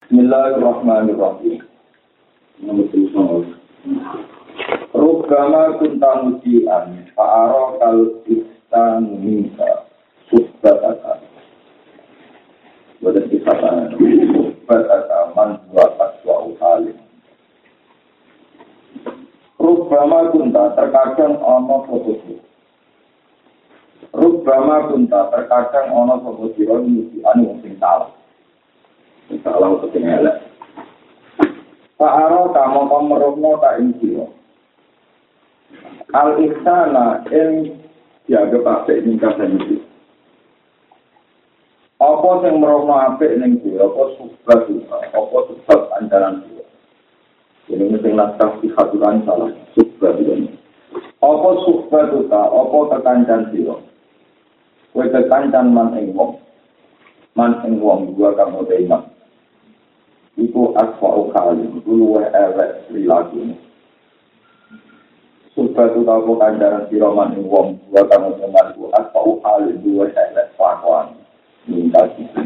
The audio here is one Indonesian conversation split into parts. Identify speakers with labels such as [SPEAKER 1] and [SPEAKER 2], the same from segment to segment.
[SPEAKER 1] Bismillahirrahmanirrahim. Rubbama kunta musian fa'ara kal ihsan minka subbataka. Wadah kisahnya subbataka man buat aswa uhalim. Rubbama kunta terkadang ono fotoku. Rubbama kunta terkadang ono fotoku musian yang salah. Salah untuk elek. Fa'ara kamu merohno tak insiro. Al-ihsana yang dianggap apik ning kasan iki. Apa sing merohno apik ning kuwi? Apa subhat itu? Apa subhat andalan kuwi? Ini sing naskah haturan salah subhat iki. Apa subhat itu? Apa kekancan sira? Kowe kekancan man ing wong. Man ing wong gua kamu iman. Iku aswa ukali, luwe elek perilaku. Sudah tu tahu kanjaran siroman ing wong, dua kamu teman ku aswa ukali, luwe elek fakwan. Minta kita.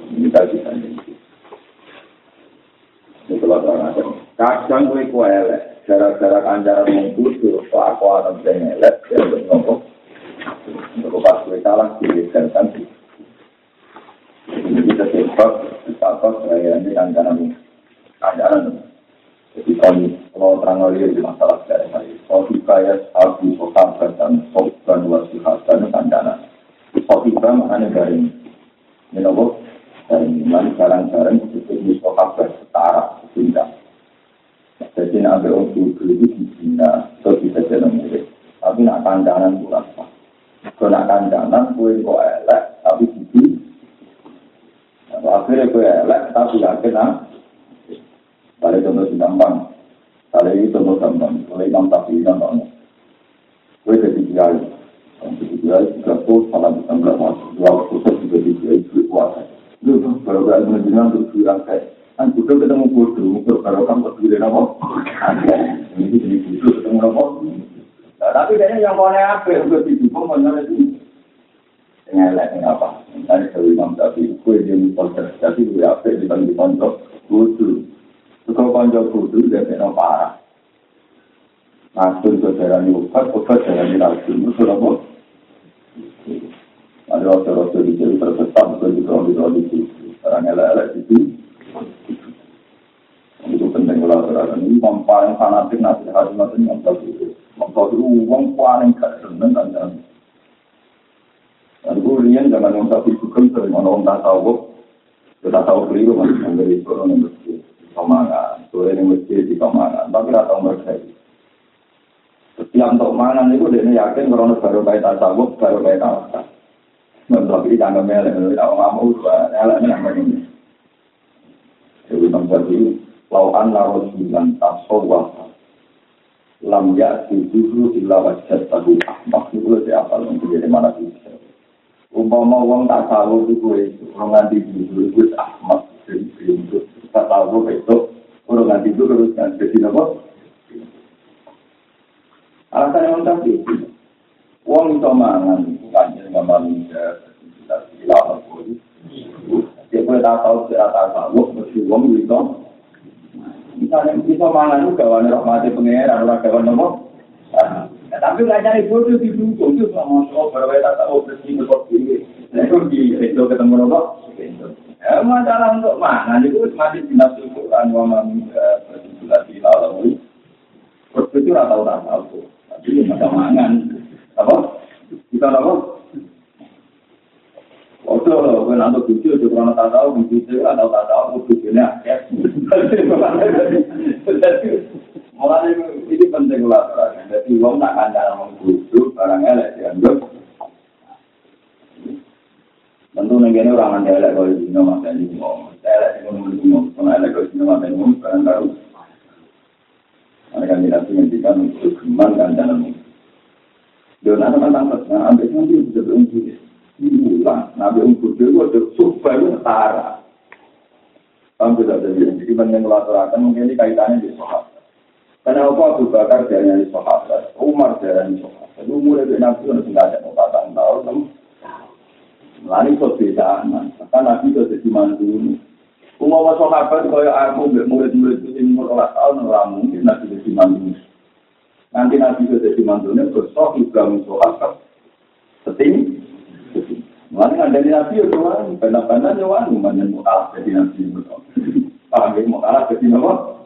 [SPEAKER 1] Ini kalau terang kadang gue ku elek, gara-gara kanjaran wong kudu, fakwan dan elek, dan ngomong. Untuk pas gue salah, diberikan ini kita sebab saya ini kanjaran. Jadi kalau terang di masalah dari saya, kalau dikaya abu sokaban dan sokan wasihatan kanjaran. Sokiban maknanya dari minobok dari iman jarang-jarang itu sokaban setara tidak. Jadi nak ambil untuk itu tidak so bisa jalan murid. Tapi nak kanjaran kurang sah. Kalau nak kanjaran kue kok elek tapi gigi. Akhirnya kue elek tapi yakin Tadi contoh gampang. Tadi contoh gampang. Oleh Imam Syafi'i contohnya. Gue jadi kiai. Jadi kiai 30 salah 19 masuk. 2% juga di kiai duit kuasa. Lu kalau gak menjelang untuk bilang kayak kan udah ketemu bodoh. Kalau kamu berdiri apa? Ini jadi bodoh ketemu apa? Tapi kayaknya yang kau apa? Udah didukung mana itu? Ngelak apa? Tadi kalau Imam Syafi'i gue dia mengkonser. Jadi gue apa? Dibanding konser bodoh. Kalau konjol kudu dia kena parah. Langsung ke jalan obat jalan racun. Itu apa? Ada rasa-rasa di sini tersesat ke di situ. Orang elek-elek itu. Itu penting kalau ini paling fanatik nasihat ini yang bagus. Maksud itu uang paling gak seneng kan. Dan kemudian jangan yang tapi bukan sering orang tak tahu. Kita tahu keliru masih yang dari orang yang kemangan, sore ini mesti di kemangan, tapi atau mereka. Setiap untuk mangan itu dia yakin kalau baru baik tasawuf, baru baik tawakal. Tapi jangan melek, kalau nggak mau elaknya yang ini. Jadi menjadi lauan larusilan tasawuf, lam ya'ti dulu illa wajad tahu ahmak itu lebih apa untuk jadi mana bisa. Umpama wong tasawuf itu nganti dulu itu ahmak jadi pintu. Tak tahu besok orang nanti itu terus kan jadi apa? Alasan yang tapi uang itu mangan bukan yang manusia tidak hilang pun. Dia boleh tahu secara tahu mesti uang itu. Misalnya kita mangan itu kawan rahmati pengeran orang kawan apa? Tapi belajar ibu itu didukung itu sama soal berbeda tahu bersih bersih. Lalu di itu ketemu apa? Masalah untuk mana itu masih tidak syukuran wamang berjumlah lalu itu tahu tapi macam mangan apa kita apa waktu kalau nanti tujuh itu kalau tak tahu tujuh atau tak tahu tujuhnya ya mulai ini penting lah jadi uang tak ada mengkudu barang elek dianggap. Tentu negara orang anda elak kalau di nama saya ini ngomong, elak kalau elak kalau di nama saya ngomong barang baru. Mereka tidak menghentikan untuk geman dan jalan. Dia nak tentang petang, ambil nanti bisa berunjuk. Ulang, nabi unjuk dia itu supaya setara. Kamu tidak jadi. Jadi banyak melaksanakan mungkin ini kaitannya di sahabat. Karena Abu Bakar jalan di sahabat, Umar jalan di sahabat. Umur itu nabi itu tidak ada 4 tahun. Lari kok bedaan, kan Nabi itu jadi mandu. Umum sahabat kaya aku mbek murid-murid sing umur 12 tahun ora mungkin nabi dadi mantu. Nanti nabi dadi mantune besok Ibrahim sahabat. Seting. Mana ada nabi yo kan benar-benar yo anu manjen mu'alaf dadi nabi betul. Paham ya mu'alaf dadi napa?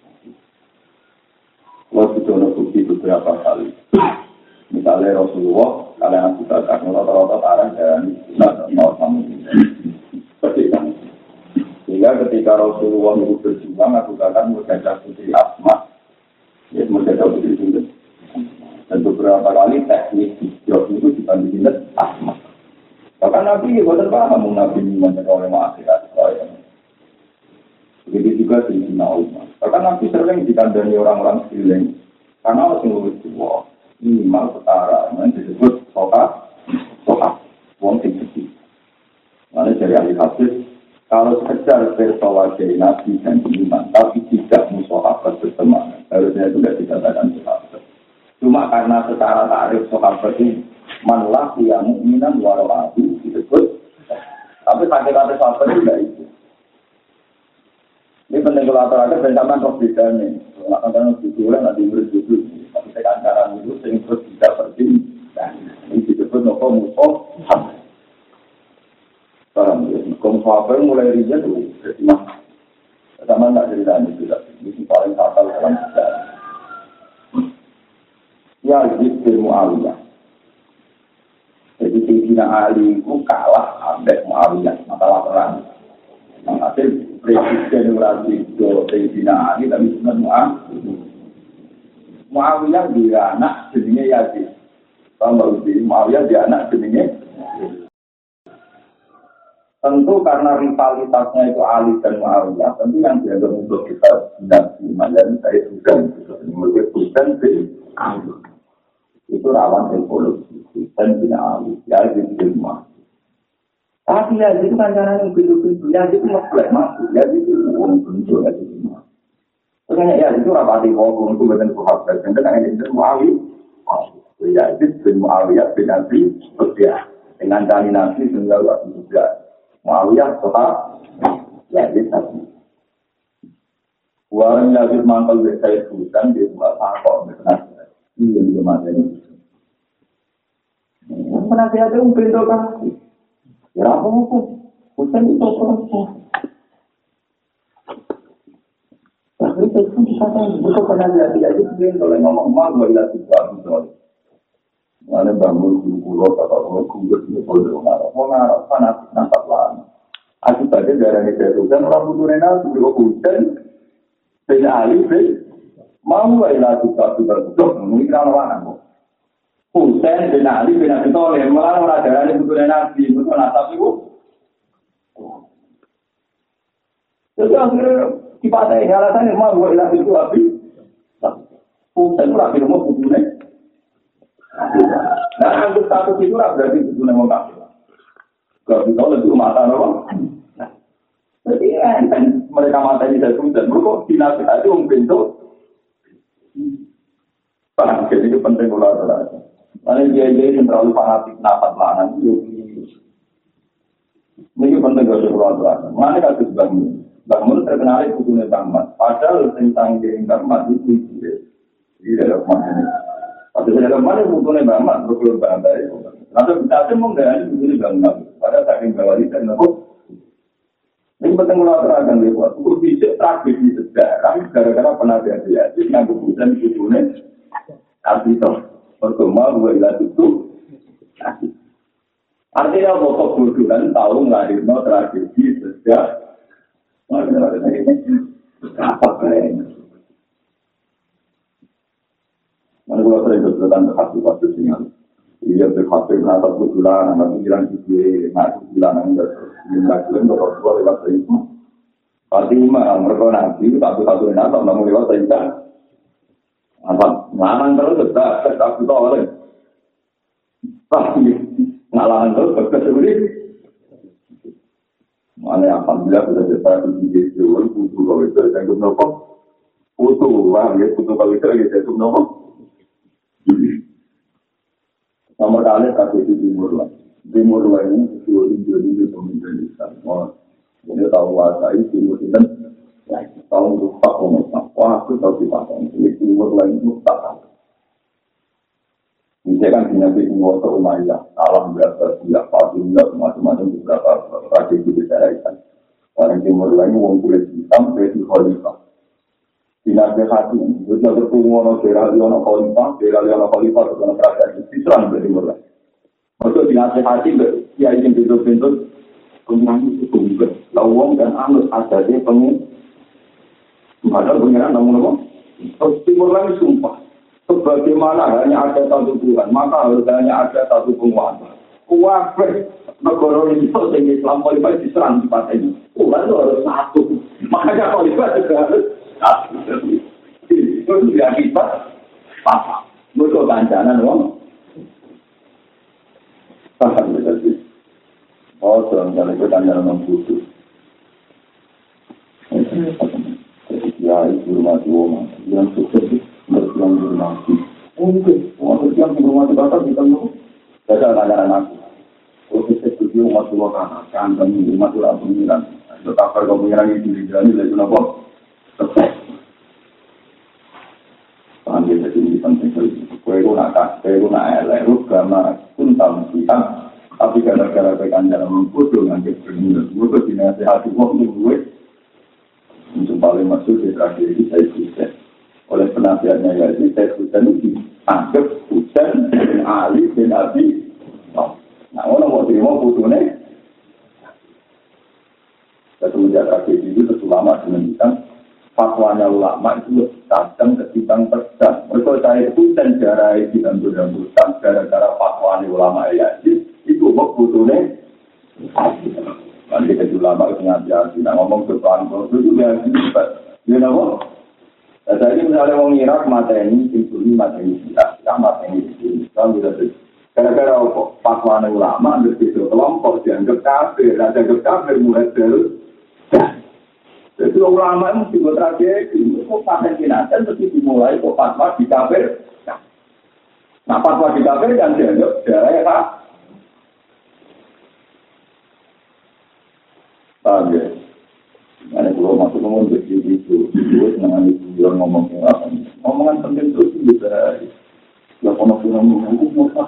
[SPEAKER 1] Waktu itu bukti beberapa kali. Misalnya Rasulullah, kalian aku katakan rata-rata arah dan mau kamu seperti itu. Sehingga ketika Rasulullah itu berjuang, aku katakan menjaga putri Asma, ya menjaga putri Sinten. Dan beberapa kali teknik hijrah itu dibandingkan Asma. Bahkan Nabi bukan paham Nabi menjaga oleh masyarakat saya. Begitu juga di Umar. Bahkan Nabi sering dikandani orang-orang sekeliling. Karena harus ngurus tua. Minimal setara. Yang disebut sokat. Wong sing sedih. Mana dari ahli hadis. Kalau sekedar persoalan Nabi dan iman. Tapi tidak musahabat berteman. Harusnya itu tidak dikatakan sahabat. Cuma karena secara tarif sahabat ini. Manlah yang mu'minan walau aku disebut. Tapi kata-kata sahabat itu tidak itu. Ini penting kalau atur-atur dan sama roh bedanya. Kalau akan berjualan nanti berjualan. Tapi tekan cara itu sering terus tidak penting. Ini disebut nopo musuh. Paham ya? Musuh apa yang mulai ringan itu jadi mah. Sama tak ceritanya juga. Ini paling fatal dalam sejarah. Ya, Yazid Muawiyah. Jadi Sayyidina Ali itu kalah sampai Muawiyah masalah perang. Hasil presiden Rasulullah Sayyidina Ali tapi sebenarnya Muawiyah dia anak jenenge Yazid. Kalau Muawiyah dia anak jenenge. Tentu karena rivalitasnya itu Ali dan Muawiyah, tentu yang dianggap untuk kita tidak dimana saya sudah menurut Sultan bin Ali. Itu rawan revolusi Sultan bin Ali, Yazid bin Muawiyah. Tapi ya itu kan caranya pintu-pintu, ya itu ngeplek masuk, ya itu pintu ya itu semua. Makanya ya itu rapati hukum itu bukan sahabat, dan dengan itu Muawiyah, ya itu bin Muawiyah bin Abi Sufyan dengan cari Nabi sehingga Abi Sufyan, Muawiyah sahabat, ya itu tadi. Warang Yazid mangkal saya Sultan di rumah sakit, benar. Ini juga materi. Penasihat itu pintu kan? Ya apa Husain itu apa? Tapi itu dikatakan bukan pernah lihat dia itu kalau ngomong mau lihat juga betul. Mana bangun pulau atau kubur ini kalau ngarap panas nampak lah. Aku tadi darah ini Husain orang butuh renal juga Husain. Tidak alih mau lihat juga betul. Mungkin orang Husain bin Ali bin Abi Thalib malah ora darane putune Nabi, betul nasab iku. Jadi akhirnya dipakai alasannya mau buat ilah itu Abi. Husain ora kira mau putune. Nah, anggap status itu ora berarti putune wong kafir. Kalau itu mata apa? Jadi kan mereka mata ini dari Husain, kok dinasihati wong bentuk. Paham, jadi itu penting ulah-ulah. Karena dia yang terlalu fanatik nafas lanang itu. Ini penting gak sesuatu. Mana kasus bangun terkenal itu punya tamat. Padahal tentang yang tamat itu tidak ada mana. Tapi saya kemarin punya tamat berkeluar bandai. Lalu kita semua dari punya bangun. Pada saking bawah itu dan aku. Ini penting ulang-ulang lewat. Aku bisa tragedi sejarah gara-gara penasihat dia. Jadi yang kebutuhan itu punya artikel. Pertama, gue ilah itu artinya pokok bodohan tahu ngelahirno tragedi sejak apa keren mana gue sering berkata hati waktu sinyal iya berhati kenapa bodohan anak pikiran kita nak bodohan yang berlaku untuk gue lewat itu pasti mereka nanti satu-satu enak namun lewat itu apa ngalang terus tak kita oleh pasti ngalang terus berkesulit mana alhamdulillah sudah dapat di jual butuh kalau itu saya guna kok butuh lah ya butuh kalau itu saya guna kok nomor kali kasih di timur lah ini jual pemimpin Islam Ini tahu bahasa itu dan tahu lupa ngomong. Wah, aku tahu dipakai. Ini timur lain mustahil. Ini kan dinasti semua Umayyah. Alam berapa dia Fatimiyah macam-macam beberapa tragedi diceritakan. Orang timur lain wong kulit hitam dari khalifah. Dinasti Hatim. Sudah bertemu orang Seraliana Khalifah, Seraliana Khalifah dengan kerajaan Islam dari timur lain. Maksud dinasti Hatim ya ingin bentuk-bentuk pengiran itu juga. Lawang dan anut ada di pengen. Padahal pengiran namun apa? Timur lain sumpah. Sebagaimana hanya ada satu Tuhan, maka harus hanya ada satu penguasa. Kuwafir negara ini sehingga Islam Khalifah diserang di partai ini. Tuhan itu harus satu. Makanya Khalifah juga harus satu. Itu tidak kita paham. Untuk kancanan wong. Paham betul sih. Oh, jangan itu kancanan wong khusus. Ya, itu rumah wong yang sukses. Berjuang di rumah mungkin orang yang di rumah terbakar kita mau jajal ajaran aku proses setuju umat tua kan kami umat tua pengiran tetap kalau pengiran itu dijani lagi kenapa sukses panggil jadi ini penting sekali kue itu nak elek karena pun tahu kita tapi gara-gara pekan dalam mengkudu dengan kebenaran gue dinasihati waktu gue untuk paling masuk di terakhir ini saya sukses oleh penasihatnya yaitu Syekh Husain itu dianggap Husain bin Ali bin Abi. Nah, orang mau terima fotonya. Semenjak tragedi itu ulama menunjukkan fatwanya ulama itu tajam ketimbang pedang. Mereka saya Husain jarai diambut-ambutkan gara-gara fatwanya ulama yaitu itu fotonya. Nanti ulama itu ngaji ngomong depan itu dia dia nama. Jadi misalnya orang Irak mateni, Sintuni mateni, kita mateni, kita bisa gara-gara apa? Fatwa ulama berbeda kelompok dianggap kafir, dianggap kafir mulai dari. Jadi ulama itu juga tragedi, kok paten kinatan terus dimulai kok fatwa di kafir. Nah fatwa di kafir kan dianggap darah ya. Paham ya? Ada kalau masuk ngomong begitu itu dengan itu ngomong apa? Ngomongan penting itu bisa. Ya kalau ngomong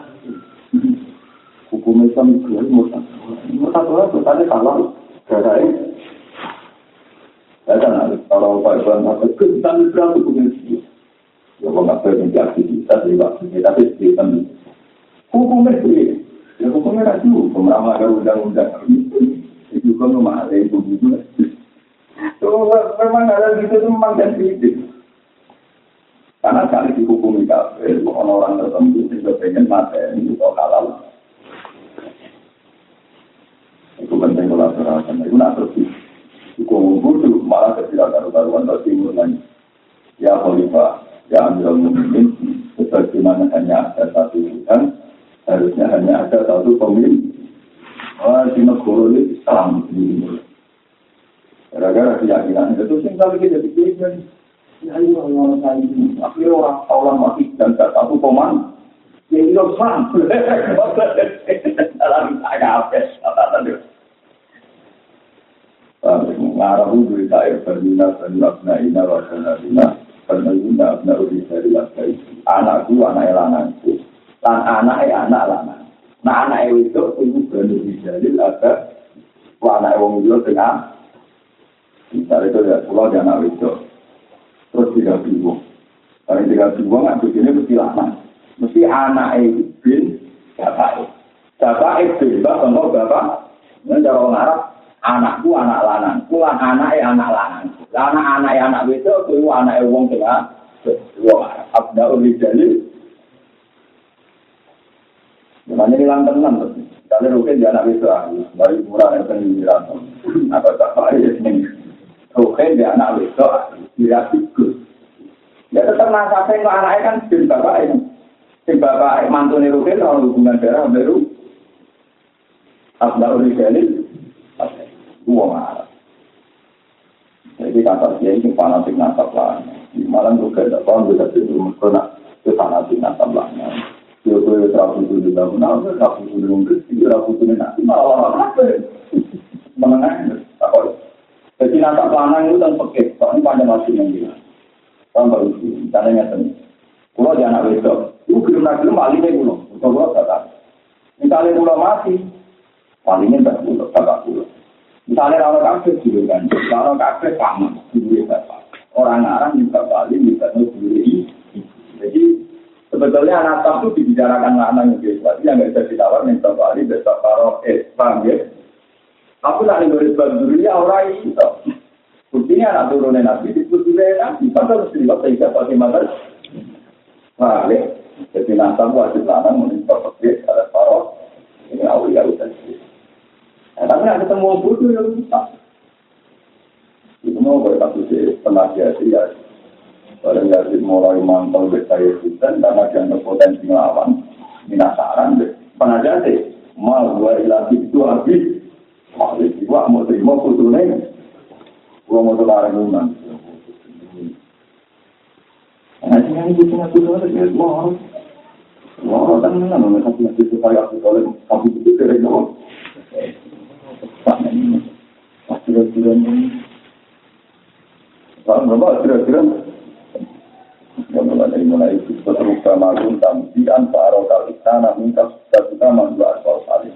[SPEAKER 1] hukum Islam itu murtad. Murtad itu tadi kalau gara kalau Pak Iwan kata kita berarti hukum itu. Ya kalau nggak berarti aktivitas tapi kita hukumnya itu. Ya hukumnya itu pemeramaan undang-undang itu kan memang ada itu. Memang ada gitu itu memang sensitif. Karena sekali dihukumi kafir, orang tertentu juga pengen materi itu halal. Itu penting kalau terasa. Itu nak terus hukum itu malah tidak karuan timur lagi. Ya Khalifah, ya Amirul Mukminin, sebagaimana hanya ada satu Tuhan, harusnya hanya ada satu pemimpin. Di negara ini Islam ini. Gara-gara keyakinan itu sih kalau kita pikirkan, ya orang saya ini, akhirnya orang mati dan tak satu koman, ya itu Islam. Dalam agak apa tu? Mengarah dari daerah Bernina, Bernina, Bernina, Bernina, Bernina, anakku, anak lanangku, dan anak lanang. Nah anak itu Bernina jadi ada anak orang itu tengah. Misalnya itu ya pulau di anak itu terus 3 bingung. Kalau 3 bingung nggak begini mesti lama. Mesti anak itu bin bapak bin bapak. Ini cara orang Arab anakku anak lanang, pulang anak lanang. Anak itu itu anak wong tengah. Wong Arab abdaul rijali. Namanya hilang tenang. Kalau rukin di anak itu dari murah yang penyiram atau apa ini. Oke, dia anak itu tidak ikut. Ya tetap nasabnya kalau anaknya kan bin bapak ini. Bin bapak mantu ni Rukin, orang hubungan darah baru. Abdul Rizali, dua marah. Jadi kata dia ini fanatik nasab lah. Malam juga ada orang bisa tidur kena itu fanatik nasab lah. Dia boleh terapi itu di dalam, terapi itu di dalam, terapi itu nanti malah apa? Menengah. takut. Jadi nanti lanang itu kan pekeh, soalnya pada masih yang bilang. Tahun baru sih, caranya seni. Pulau di anak wedok, itu belum lagi malingnya pulau, pulau kata. Misalnya pulau mati, malingnya tak pulau. Misalnya orang kafe juga kan, orang kafe sama, juga apa. Orang juga maling, juga ngebuli. Jadi sebetulnya anak itu dibicarakan lanang yang biasa, yang nggak bisa ditawar minta balik, besok taruh paham ya. Aku nak ngurus banduria orang itu. Buktinya anak turunnya nabi disebut juga nabi. Pasal harus dilihat sehingga pasti mater. Balik. Jadi nasab wajib lanang meminta pergi ada taruh. Ini awal urusan. Tapi nak ketemu bodoh yang susah. Itu mau berkata penasihat ya. Barang jadi mulai mantau saya hutan karena dianggap potensi lawan. Minasaran deh. Penasihat mal dua ilasi itu habis. Malik juga mau terima fotonya, gua mau terlarang undang. Nanti yang itu cuma foto aja, wah, kan mana mana satu supaya aku kalau kamu itu dari dulu. Pasti kira-kira. Mulai itu terus kemarin tampilan para kali tanah minta kita membuat soal saling.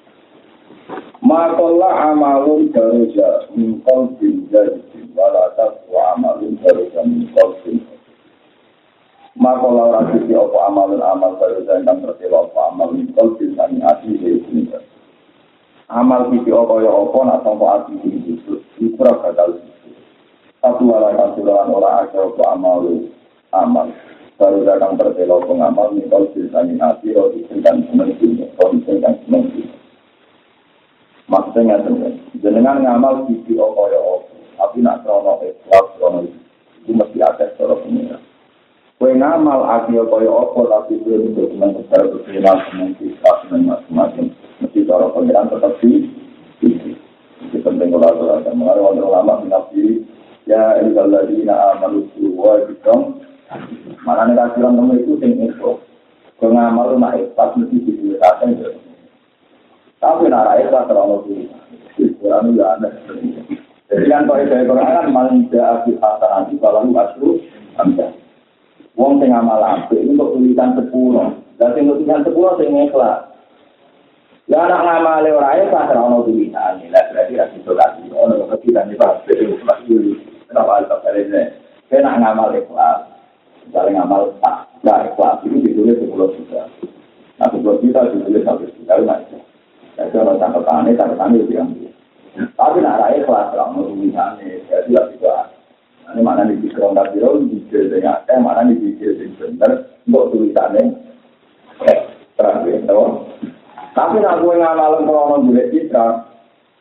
[SPEAKER 1] Makola amalun daroja mingkol bin jadi walatas wa amalun daroja mingkol bin. Makola orang sisi apa amalun amal daroja yang tersewa apa amal mingkol bin sani ati ini. Amal sisi apa ya apa nak sampai ati ini khusus ikurah gagal. Satu walakan sulawan orang aja apa amal daroja yang tersewa pengamal mingkol bin sani ati roti dan semengkini dan semengkini. Maksudnya jenengan ngamal sisi opo, tapi nak krono ikhlas krono itu mesti ada cara pengira. Kue ngamal aki opo, tapi kue untuk dengan secara berkira nanti ikhlas dan macam-macam mesti cara pengiran tetap di sisi. Itu penting kalau ada mengenai orang lama menafsiri ya illalladina amalu wa bikum. Mana nih kasihan kamu itu tinggal kue ngamal nak ikhlas mesti diberikan. Tapi nara itu terlalu tinggi. Kurang juga ada. Jadi kan kalau saya kurang maling tidak habis nanti kalau aslu anda. Wong tengah malam untuk tulisan 10. Dan tulisan 10 saya ikhlas. Ya anak ngamal orang itu terlalu tulisan. Nah berarti harus isolasi. Orang kita ni pasti ikhlas dulu. Kenapa ada perintah? Saya nak ngamal ikhlas. Misalnya ngamal tak ikhlas itu ditulis 10 juta. Nah 10 juta ditulis 1 juta macam. Jadi kalau catatan itu diambil. Tapi nak rakyat kelas kalau tulisannya, jadi tidak bisa. Ini mana dipikir orang kafir, dipikir dengan mana dipikir dengan benar untuk tulisannya. Terakhir, tahu? Tapi nak gue ngamalin kalau boleh citra,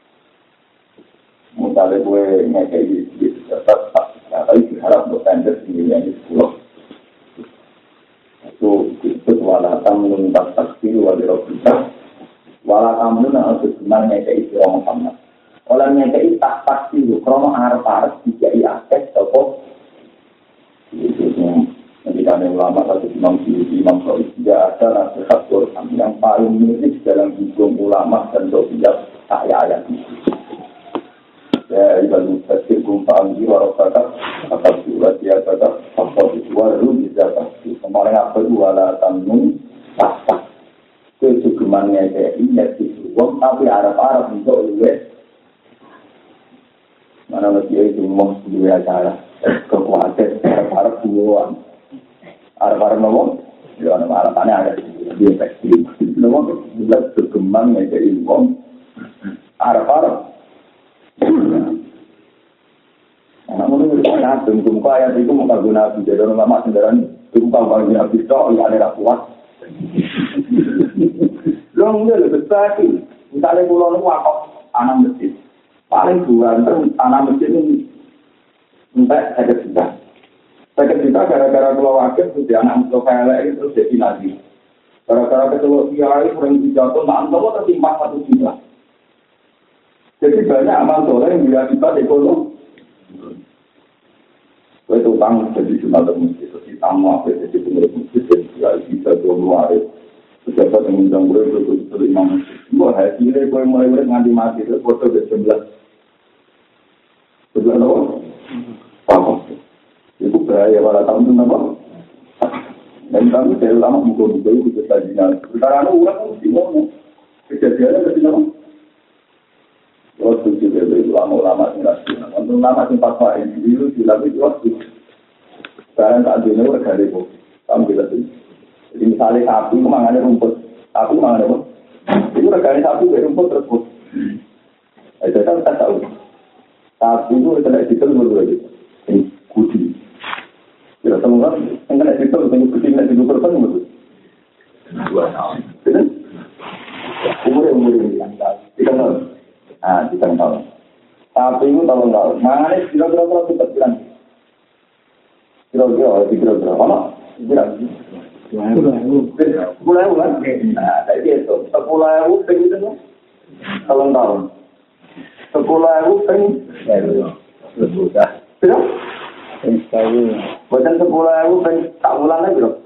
[SPEAKER 1] misalnya gue ngekei di tetap, tapi berharap untuk tender sendiri yang di 10. Itu walatan menuntas taksir walirobita. Walau kamu nak sebenarnya kayak itu orang Muhammad. Olehnya kayak tak pasti lu, krono arep dijai akses toko. Itu ketika ulama satu imam Syafi'i tidak ada nasihat Quran yang paling mirip dalam hukum ulama dan sosial ayat ini. Ya ibadah tafsir kumpang di warokata atau surat dia kata apa itu waru bisa pasti. Kemarin apa wala tanun tak. Kecukupannya kayak ini uang tapi Arab untuk luwes mana lagi itu mau dua acara kekuatan Arab duluan Arab ngomong ya nama Arabannya ada di efektif ngomong jelas kecukupannya kayak uang Arab anak muda berkata tunggu ayat itu mau guna jadi orang lama sendirian tunggu bagi habis itu ada kuat. Long dia lebih baik. Misalnya pulau lu wakaf tanam masjid, paling dua tanam masjid ini entah saya cerita. Saya cerita gara-gara pulau wakaf sudah anak muda kaya itu jadi nabi. Gara-gara ketua kiai kurang dijatuh, mantap tertimpa 1 juta. Jadi banyak amal soleh yang berakibat ekonomi. Itu utang jadi cuma masjid, jadi tamu apa jadi pengurus masjid, jadi bisa keluar. Pejabat yang undang gue itu imam. Gue hasilnya gue mulai nganti mati itu foto ke 11. bahaya pada tahun itu apa? Dan kami dari lama buku-buku itu kejadian. Sekarang orang mesti ngomong kejadiannya ketika waktu juga ulama-ulama nasional. Untuk ulama tempat lain itu dilalui waktu. Sekarang tak ada orang dari itu. Kamu tidak tahu. Jadi misalnya sapi kemangannya rumput, sapi kemangannya rumput. Itu regane sapi dari rumput tersebut. Itu kan tak tahu. Sapi itu tidak ditelur lagi. Ini kudi. Tidak semua yang kena ditelur, yang kudi kena ditelur betul. 2 tahun. Betul? Umur ini. 3 tahun. Ah, 3 tahun. Sapi itu tahun. Mangannya kira-kira cepat bilang. Kira-kira. Mana? Kira. 10.000 kan? Nah, jadi itu. 10.000 begitu kan? Tahun. 10.000 kan? Sudah. Sudah? Bukan 10.000 kan? Tak bulan lagi bro.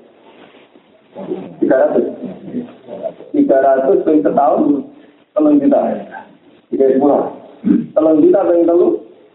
[SPEAKER 1] 300 kan setahun. 3 juta. 3 bulan. 3 juta kan itu?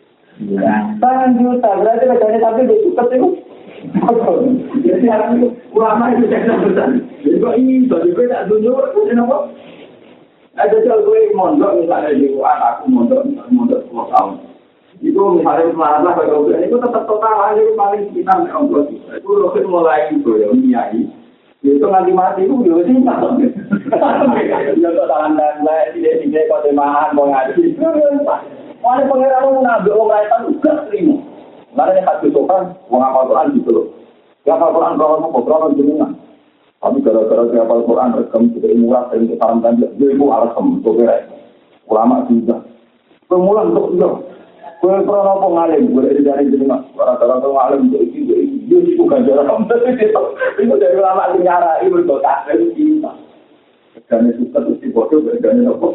[SPEAKER 1] 3 juta. Berarti kerjanya tapi dia cukup itu. Jadi aku ulama itu jangan besar. Jadi kok ini bagi gue tak tunjuk, kenapa? Ada jual gue mondok misalnya di anakku mondok 10 tahun. Itu misalnya malah kalau gue itu tetap total aja paling sekitar 60. Itu roket mulai itu ya nyai. Itu nanti mati itu juga sih tak. Ya kok tangan dan lain tidak kok temahan mau ngaji. Wali pengeran nabi orang lain juga terima. Karena hak disokan, menghafal Quran gitu loh. Hafal Quran berapa jenengan. Tapi gara-gara hafal Quran, rekam juga murah dan disarankan dia itu alasan untuk beres. Ulama juga. Pemulang untuk dia. Gue pernah ngalim, gue dari jenengan. Gara-gara ngalim untuk itu, dia bukan jarak. Itu dari ulama sejarah, itu berdoa dari kita. Karena suka terus dibodoh, karena apa?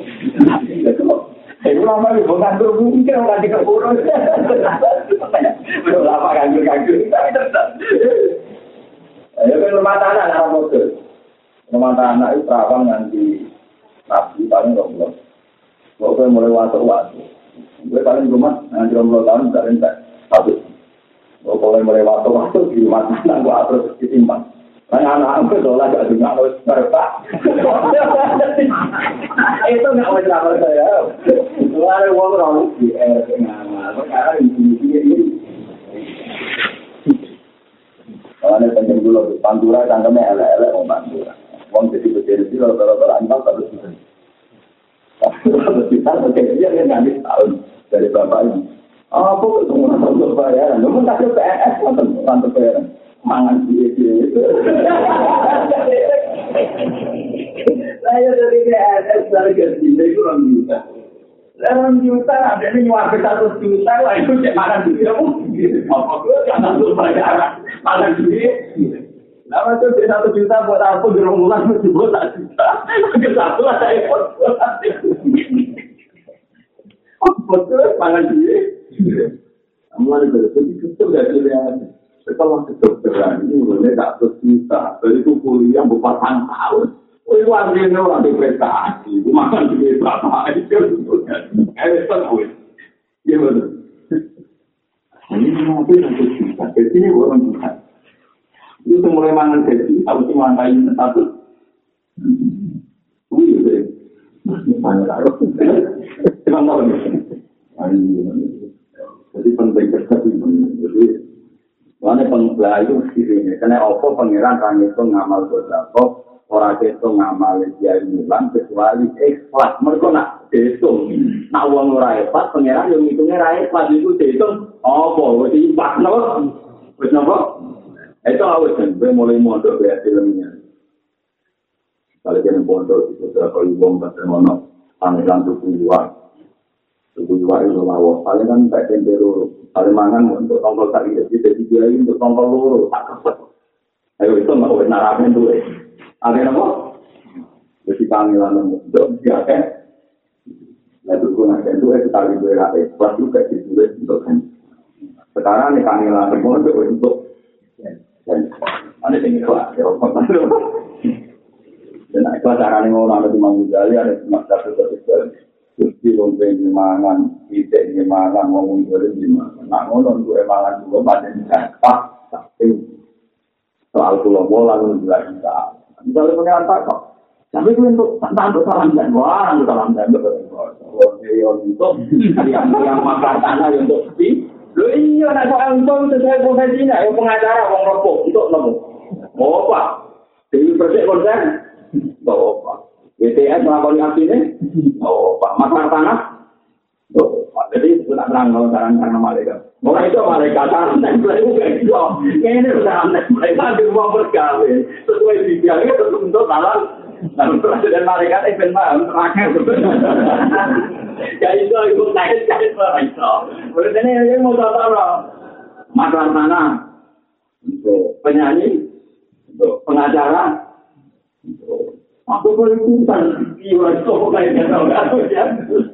[SPEAKER 1] Ulama itu ngantur mungkin orang di keburu. Ulama kantor-kantor. Ayo ke rumah tanah nak motor. Rumah tanah itu terawang nanti nabi paling rombong. Pokoknya mulai waktu. Gue paling rumah nanti rombong tahun dari satu. Pokoknya mulai waktu di rumah tanah gue terus disimpan. Anak-anak itu lah gak dengar harus berpak. Itu nggak mau lapor saya. Ada orang di ngamal. Sekarang ini. Kalau pengen dulu Pantura cangkemnya elek-elek mau Pantura. Uang jadi berdiri kalau antar terus. Terus kita pakai dia kan tahun dari bapak ini. Apa ketemu untuk bayaran? Lu tak ada PNS untuk bayaran. Mangan dia itu. Saya dari PNS dari gaji itu orang juta. Orang juta ada ini nyuap 100 juta lah itu cek makan dia mungkin. Apa gue jangan untuk bayaran. Makan dia. Nama itu 1 juta buat apa gerombolan mesti buat 1 juta. Kesatu lah saya buat. Betul makan dia. Amal itu dari yang setelah kedokteran ini mulai tak terpisah. Dari itu kuliah berpasang tahun. Itu artinya orang prestasi. Makan duit berapa itu. Tahu. Ya betul. Ini mungkin untuk kita. Jadi ini orang kita. Itu mulai mangan gaji. Harus dimantai satu. Itu ya. Mana tahu. Memang tahu. Jadi penting sekali. Jadi mana pengbelah itu sendiri, karena apa pangeran kami itu ngamal berapa, orang itu ngamal dia mulan kecuali ikhlas. Mereka nak dihitung, nak uang orang ikhlas, pangeran yang hitungnya ikhlas itu dihitung. Oh, jadi empat no, betul itu awal kan, mulai mondok ya filmnya. Kalau kita mondok itu berapa uang bagaimana pangeran tuh luar. Tujuh hari lalu, paling kan tak cenderung, paling mangan untuk tongkol tadi, jadi dia untuk tongkol loro, tak kepet. Ayo itu nggak boleh narapin tuh, ada apa? Jadi panggilan untuk dia kan, lalu gunakan tuh kita lebih berat, pas juga ditulis untuk kan. Sekarang nih panggilan semua untuk dan ada yang ikhlas, ya orang dan ikhlas caranya orang ada di Manggujali, ada di Masyarakat Sosial. Jadi lompeng mangan, kita ini mangan, ngomong dari mana? Nak ngomong gue mangan juga pada siapa? Soal pulau bola juga bisa. Misalnya pengen tak kok. Tapi itu untuk untuk salam dan wah, untuk salam dan untuk yang makan tanah untuk sepi. Lu iya nak soal untuk sesuai profesinya, yang pengacara orang rokok untuk nemu. Mau apa? Jadi project konsen. Mau apa? BTS melakukan aksi ini. Mau apa? Makan tanah. Jadi itu tak terang kalau karena malaikat. Orang itu malaikat tanah nempel itu kayak gitu. Ini udah nempel di rumah bergawe. Sesuai dibiarnya terus untuk salah. Lalu presiden malaikat event malam terakhir. Jadi itu kait itu. Berarti ini mau tahu makan tanah. Penyanyi, pengacara. Aku berikutan jiwa itu kayaknya ya.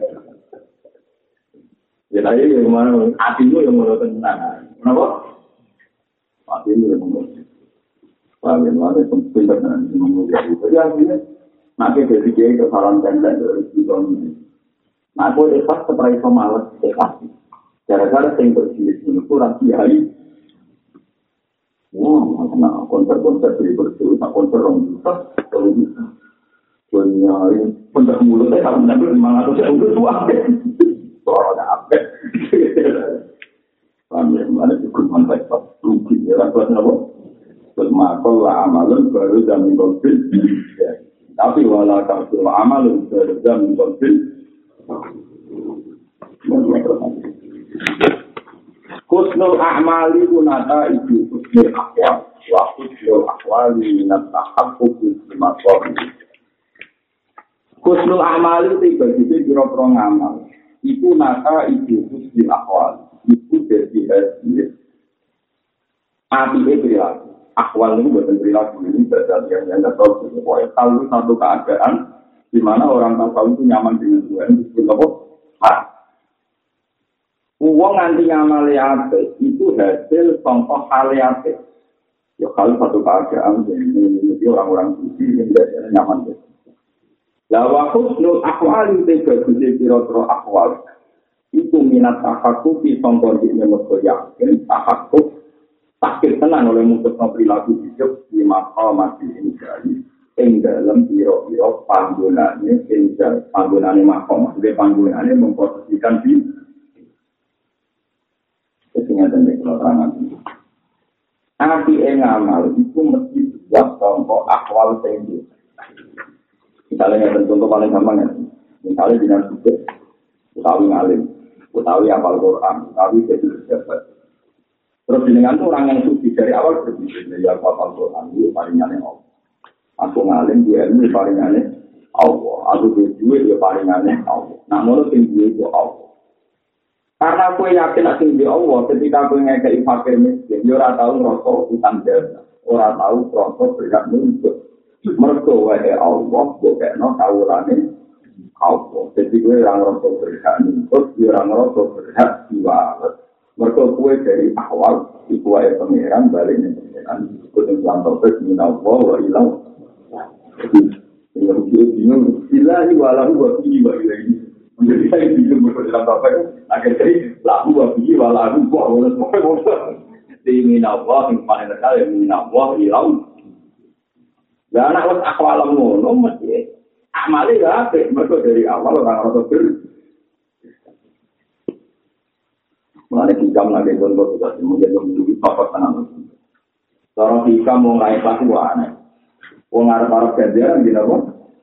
[SPEAKER 1] Ya tadi yang kemarin hatimu yang mau tenang, kenapa? Hatimu yang mau. Bagaimana pintar dan menguji. Jadi akhirnya nanti dari dia ke salam tenda dari tahun. Nah, aku ikhlas seperti pemalas ikhlas. Gara-gara saya bersih itu kurang kiai. Wah, makna konser-konser dari bersih, konser orang bisa, kalau bisa. Punya konser mulutnya kalau menambil 500 euro tua. Soalnya apa? Kami mana cukup manfaat rugi ya rakyat apa? Bermakul lah amalun baru jamin konflik. Tapi wala kasul amalun baru jamin konflik. Husnul a'mali kunata itu husnul akwal. Wa husnul akwali natahakuk lima sobi. Husnul a'mali itu bagi kira-kira ngamal. Iku naka itu husnul akwal. Iku jadi hasil. Api perilaku. Akwal ini bukan perilaku ini berdasar yang tidak tahu. Pokoknya kalau satu keadaan di mana orang tahu itu nyaman dengan Tuhan. Itu apa? Uang anti ngamali ape itu hasil contoh hal ape. Ya kalau satu keadaan ini orang-orang suci yang biasanya nyaman. Lawa husnul akwal itu berarti kira-kira akwal. Itu minat tahakuk di songkor di mereka yakin tahakuk takdir tenang oleh musuh perilaku hidup di masa masih ini jadi yang dalam biro-biro panggunannya panggunannya makom maksudnya panggunannya memposisikan di sehingga dan keterangan arti ngamal itu mesti buat contoh akwal tinggi misalnya yang contoh paling gampang ya misalnya dengan sudah utawi ngalim utawi apal Quran, utawi jadi pejabat. Terus dengan orang yang suci dari awal berpikir dari apal Quran itu palingannya Allah. Aku ngalim dia ini palingannya Allah. Aku berjuang dia palingannya Allah. Nah menurut tinggi itu Allah. Karena aku yakin tinggi Allah ketika aku ngekei fakir miskin, dia orang tahu rosok utang jasa, orang tahu rosok berhak nuntut. Mereka wae Allah bukan tawurane Allah. Jadi gue orang rosok berhak nuntut, orang rosok berhak diwales. Mereka gue dari awal iku wae pangeran baliknya pangeran ikut yang topik minallah wa ilah. Yang bingung ilahi walahu wa fihi wa ilaihi. Menjadi saya bingung dalam topik akhirnya lahu wa fihi wa lahu wa wala di minallah yang paling dekal ya minallah ilah. Lah anak wis akwal ngono mesti amale ya apik mergo dari awal orang rada ber. Mulane hikam lagi contoh sudah mungkin menjadi pokok tanam. Orang hikam mau ngai pasti aneh. Wong arep-arep ganjaran gitu apa?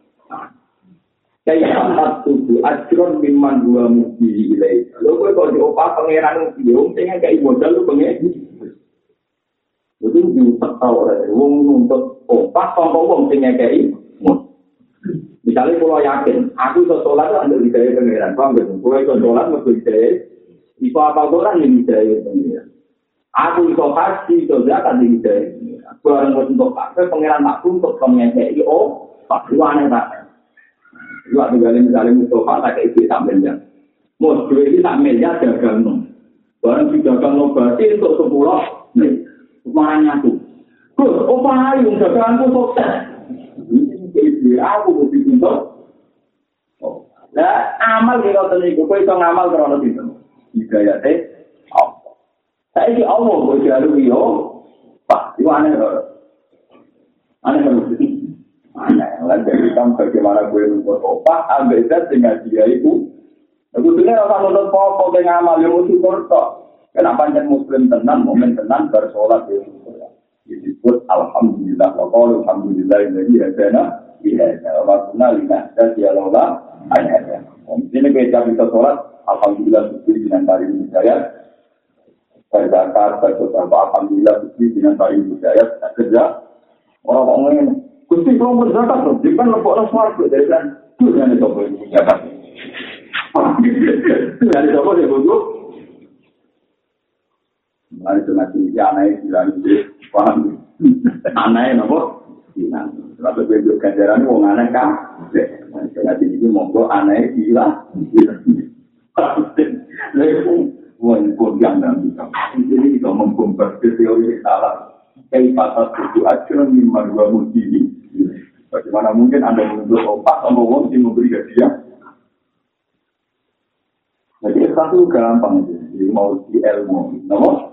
[SPEAKER 1] Kayak empat tujuh ajron mimman dua mubi ilai. Lho kowe kok diopah pangeran yo pengen kayak modal lu pengen. Itu diutak ora wong nuntut opah sangka wong sing ngekeki. Misalnya kalau yakin, aku iso sholat itu untuk hidayah pengeran. Paham gak? Kalau iso sholat untuk hidayah, iso apa orang yang hidayah pengeran. Aku iso haji, iso zakat di hidayah pengeran. Barang untuk pakai pengeran aku untuk pengekei. Oh, tak aneh tak. Juga misalnya Mustafa tak kayak itu tak miliar. Mau duit ini tak miliar dagang. Barang didagang berarti untuk 10 nih. Semuanya aku. Gus, apa ayo daganganku sukses. Aku mesti pintar. Lah amal ki kok niku kowe iso ngamal krono pinter. Hidayate apa? Saiki Allah kok jalu yo. Pak, yo aneh lho. Aneh kan? Aneh. Lalu dari kamu bagaimana gue nuntut opak, ambil zat dengan dia itu. Sebetulnya orang nuntut pokok dengan amal yang syukur kok. Kenapa panjang muslim tenang, momen tenang, bersolat ya. Disebut alhamdulillah, alhamdulillah ini hadana, wakuna lina dan dialoga ayatnya. Ini kita bisa sholat, alhamdulillah syukur dengan tari hidayat. Berzakat, bersolat, alhamdulillah syukur dengan tari hidayat. Kerja orang-orang ini. Gusti kalau berzakat tuh, dia kan lepok rasmar tuh, dari kan, tuh yang dicoba ini zakat. Tuh yang dicoba dia butuh. Mari kita nanti aneh bilang itu, paham? Aneh nopo? Bilang. Lalu bentuk ganjaran itu orang aneh kan? Nanti itu monggo aneh gila. Lalu pun yang dalam kita. Jadi kita membongkar teori salah. Kayak pasal itu acuan lima dua mudi. Bagaimana mungkin Anda menuntut opak sama orang yang memberi hadiah? Jadi satu gampang jadi mau di ilmu, nama?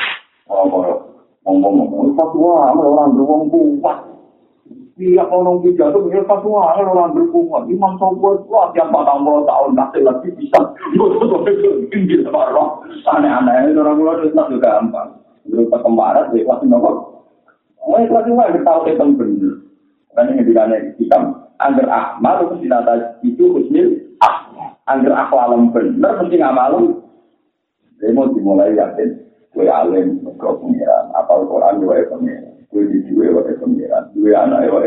[SPEAKER 1] Ngomong fatwa orang beruang kuat. Dia orang bijak itu punya fatwa orang berkuat. Imam Sobat wah tiap 40 tahun nanti lagi bisa. Tinggi marah. Aneh-aneh orang luar itu satu gampang. Berupa kemarin dia kelas nomor. Kelas nomor kita tahu itu benar. Karena yang dikatakan kita agar amal itu sinata itu husnul agar akhlak benar mesti ngamal. Dia mau dimulai yakin. Kue alim, kau pengiran, apal Quran dua pengiran, kue dijual dua pengiran, dua anak dua.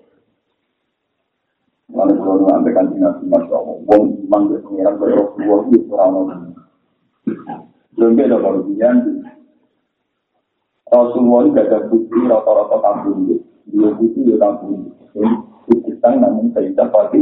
[SPEAKER 1] Lalu kalau mengampaikan tinggal masya Allah, wong iman dua pengiran berroh itu orang. Belum ada bagian. Rasulullah tidak ada bukti rata-rata kampung itu, dia bukti dia kampung itu. Bukti sang namun tidak pasti.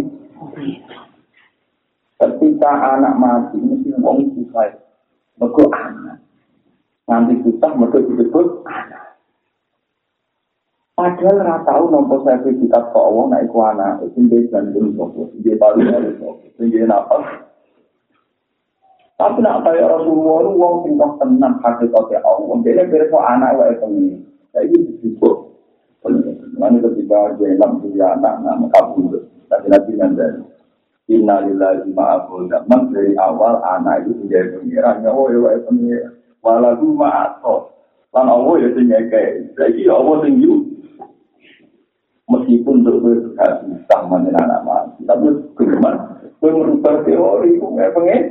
[SPEAKER 1] Ketika anak mati, mesti wong susah, mergo anak. Nanti susah mereka disebut anak. Padahal ratau nombor sertifikat ke Allah naik ke anak itu dia gandeng sopo, dia baru sopo, dia nafas. Tapi nak kaya Rasulullah itu wong tinggal tenang hakikatnya Allah. Dia beres anak wae pengen. Jadi disebut. Lalu ketika Zainab punya anak nama kabur, tapi Nabi nandani. Innalillahi ma'aful zaman dari awal anak itu menjadi pengiran. Oh ya wae pengiran. Walau ma'ato, lan Allah ya sing ngekei. Saiki Allah sing yu. Meskipun terus gak bisa mengenal anak tapi gimana? Kowe merubah teori ku nggak pengen.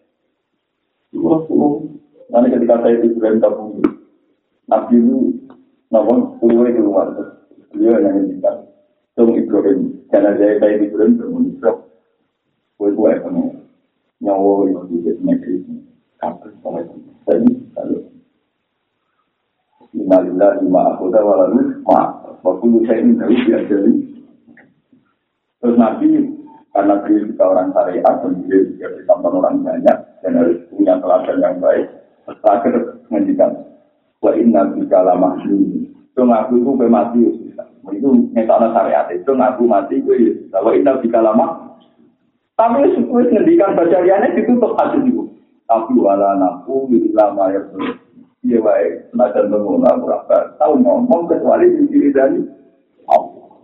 [SPEAKER 1] Nanti ketika saya di Ibrahim tabung, Nabi itu namun keluar keluar, beliau yang ngendikan, Tung Ibrahim, karena saya di Ibrahim bermunculan, kowe pengen nyawa itu di negeri kapan sampai tadi kalau Innalillahi ma'akhudha walalu waktu saya ini tahu diajari terus Nabi karena beliau juga orang syariat dan beliau juga ditonton orang banyak dan harus punya teladan yang baik terakhir menghentikan wa inna bika la mahzun itu ngaku itu mati itu ngetokno syariat itu ngaku mati itu wa inna bika la mahzun tapi sesuai ngendikan bacariannya ditutup hadis itu tapi wala nafu ilama ya dia baik senajan mengulang berapa tahun ngomong kecuali diri dari Allah.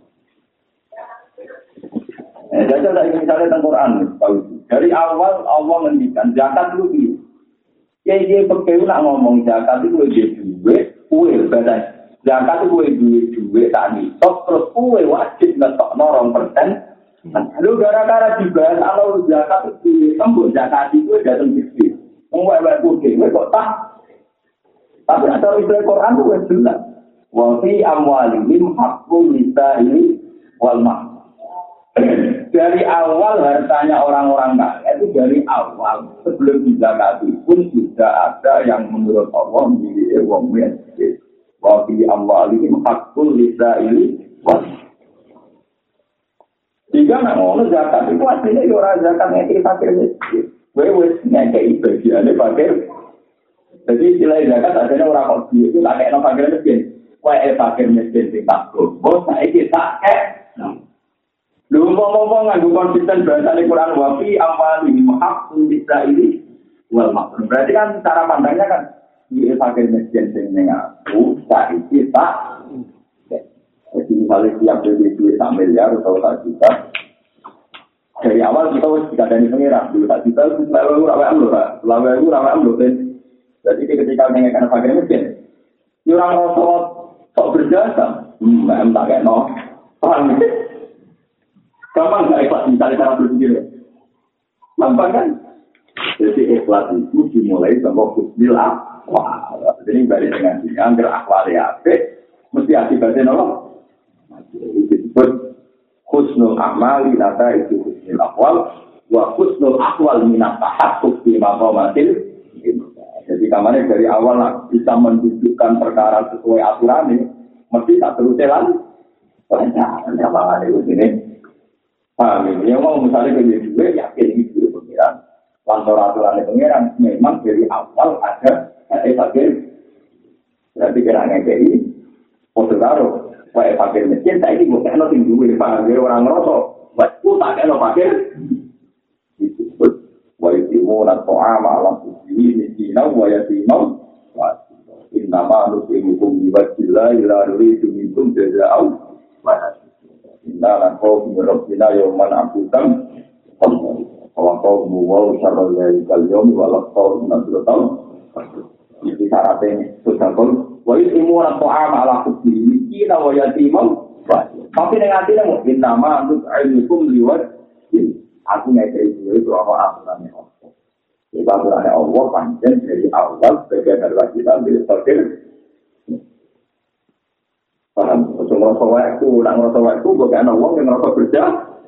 [SPEAKER 1] Saya tak ingin misalnya tentang Quran dari awal Allah mendikan zakat dulu dia. Dia pakai nak ngomong zakat itu dia duit, kue badan zakat itu duit tadi. Terus kue wajib ngetok 0%. Lalu gara-gara dibahas kalau zakat itu tembus zakat itu datang bisnis. Mengwek putih, kok tak? Tapi ada istilah Quran itu jelas. Wa fi amwalihim haqqul lisaili wal ma. Dari awal hartanya orang-orang kaya itu dari awal sebelum dizakati pun sudah ada yang menurut Allah milik wong miskin. Wa fi amwalihim haqqul lisaili wal ma. Jika nak ngono zakat itu aslinya ora zakat ngeki fakir miskin. Wes ngekei bagiannya fakir. Jadi istilah zakat adanya orang kok itu tak kayak fakir miskin. Wae fakir miskin sing tak bos saiki tak kek. Lu ngomong nganggo konsisten bahasa Al-Qur'an wa fi amwali haqqun lisaili wal mahrum. Berarti kan cara pandangnya kan fakir miskin sing ning aku saiki tak. Jadi misalnya tiap beli duit 1 miliar atau 1 juta, dari awal kita harus dikandani pengira, dulu 1 juta itu selalu ramai jadi ketika mengenai fakir miskin, orang rosot sok berjasa, tak kayak paham gitu? Gampang nggak ikhlas misalnya cara berpikir? Gampang kan? Jadi ikhlas itu dimulai sama husnul akhwal. Jadi balik dengan agar akhwal mesti akibatnya nolong. Itu disebut husnul amali nada itu husnul akhwal wa husnul akhwal minat tahakkuk di maqamatil. Jadi kamarnya dari awal bisa menunjukkan perkara sesuai aturan ini, mesti tak terus jalan. Banyak apa itu ini. Paham ini? Yang mau misalnya ke juga yakin ini dulu pengiran. Lantor aturan pengiran memang dari awal ada fakir. Berarti kerana dari positaro, saya fakir miskin, saya ini bukan nanti dulu fakir orang ngerosok. Buatku tak ada fakir. Wa yutimuna ta'ama ala sujudi miskinan wa yatimam wa innama nusimukum biwajhillahi la nuridu minkum jazaa'an wa inna lakum min rabbina yawman abudan wa qawmu wa syarrul yalikal yawmi wa laqaw nasratan ini syaratnya sudahkon wa yutimuna ta'ama ala sujudi miskinan wa yatimam tapi dengan hatinya innama nusimukum biwajhillahi aku ngajari itu apa aturannya Allah. Itu aturannya Allah panjang dari awal sebagai adalah kita ambil fakir. Paham? Kalau ngerasa waktu, bukan Allah yang ngerasa kerja.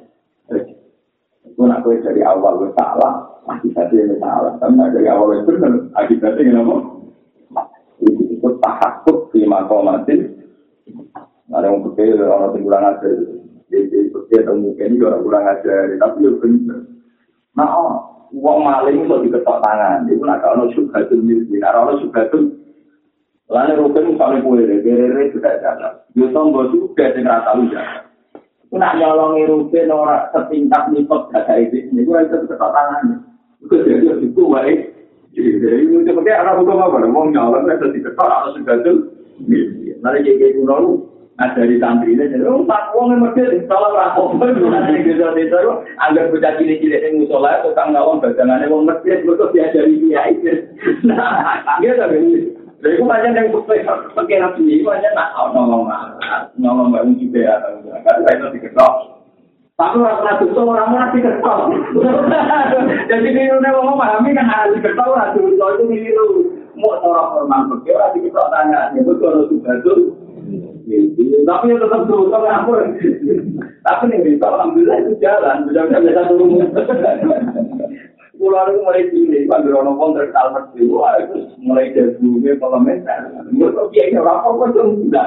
[SPEAKER 1] Itu nak dari awal itu salah, akibatnya itu salah. Tapi dari awal itu benar, akibatnya kenapa? Itu disebut tahakkuk di maqamatin. Ada yang betul, orang yang kurang ajar. Jadi atau mungkin juga orang kurang ajar, tapi ya benar. Nah, uang maling itu diketok tangan. Itu nak kalau subhatul miskin, kalau subhatul, lalu rukun misalnya kue dere sudah jalan. Yusong bos juga dengan tahu jalan. Itu nak nyolongi rukun orang setingkat nipot gak ada itu. Ini gua itu diketok tangan. Itu jadi itu baik. Jadi itu seperti orang hukum apa? Uang nyolong itu diketok atau subhatul miskin. Lalu jadi kuno dari santri ini, tak uang yang mesti salah rakok, nanti desa-desa itu agar bocah cilik-cilik yang musola, tukang ngawang dagangannya uang mesti betul diajari dia itu. Nah, dia tapi, jadi aku banyak yang pakai nafsu ini, banyak nak ngomong bangun juga atau enggak, itu diketok. Tapi orang itu orang mati diketok. Jadi dia ngomong memahami kan harus diketok, harus itu niru. Mau orang normal begitu, harus diketok tanya, itu kalau sudah tuh. Tapi tetap turun ngapur. Tapi nih, alhamdulillah itu jalan, bisa turun. Pulau itu mulai gini, panggil orang kontrak almat itu mulai dari dunia parlementer. Menurut dia orang apa pun tidak.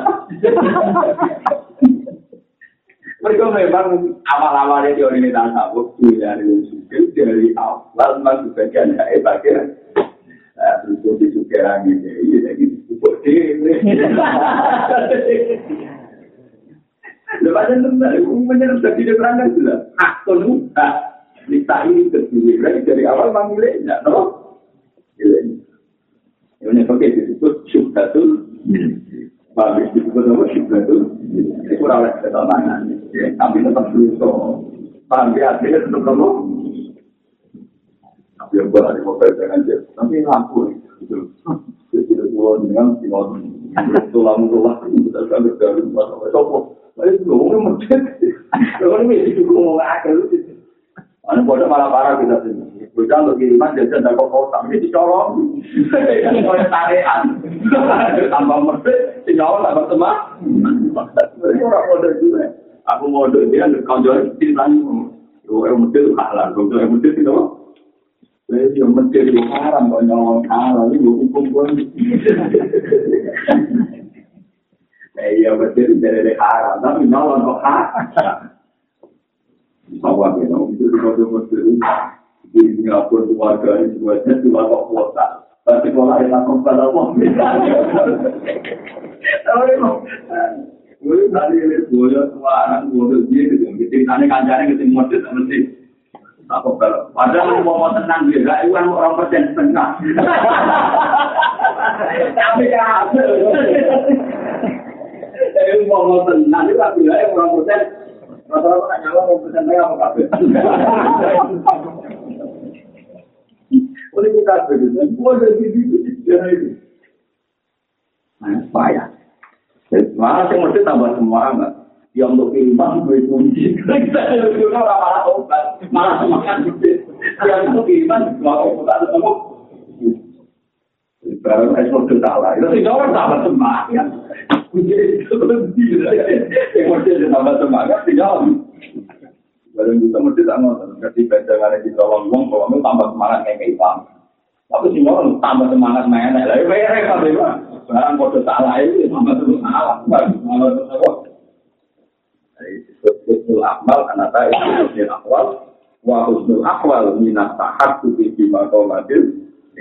[SPEAKER 1] Mereka memang awal-awalnya di organisasi sabuk dari usul dari awal masuk bagian bagian. Terus disukai ini, jadi cukup ini. Lepas itu menyerap dari keterangan sudah. Akton kita ini terdiri dari awal manggilnya, no? Ini pakai disebut syubhatul. Habis disebut apa syubhatul? Itu kurang lebih ketenangan. Tapi tetap berusaha. Paham ya? Akhirnya tetap kamu. Yang berada di mobil dengan dia, tapi lampu itu tidak keluar dengan timur. Tulang kita akan berjalan sama sopo. Lalu ngomong macam, kalau ini juga ngomong akal. Anu bodoh malah parah kita sini. Bujang untuk kiriman jajan dari kota, ini dicolong. Kalau tarian, tambah merdek, dicolong tambah teman. Ini orang bodoh juga. Aku bodoh dia kawan di sana. Orang merdek halal, orang merdek itu. Jadi yang mesti diharam kalau nyolong halal ini hukum pun. Iya betul dari haram, tapi nyolong kok haram. Bawah ya, itu betul. Di Singapura keluarga ini semuanya cuma kok kuota. Tapi sekolah yang lakukan pada uang. Gue tadi lihat gue semua anak gue dia gitu, ceritanya kancane ketemu model mesti. Aku kalau padahal mau tenang dia, gak iwan orang persen setengah. Tapi kan, dari
[SPEAKER 2] Yang mau tenang itu tapi ya orang persen. Rata-rata nak nyala orang persen saya apa kabeh. Oleh kita begitu, boleh begitu itu. Nah, payah. Malah yang mesti tambah semangat. Yang untuk kiriman gue kunci. Kita itu malah obat, malah semangat. Yang untuk kiriman malah obat ketemu. Baru ekspor ke salah. Itu sih orang tambah semangat. Kunci itu lebih. Yang mesti tambah semangat tinggal. Baru kita mesti tambah. Ketika jangan ditolong uang, kalau mau tambah semangat kayak Islam. Tapi sih orang tambah semangat mainnya. Lah, repot ya. Barang kode salah itu tambah terus salah. Malah terus apa? Husnul amal karena tadi husnul akwal wa husnul akwal minat tahakku fi maqamatil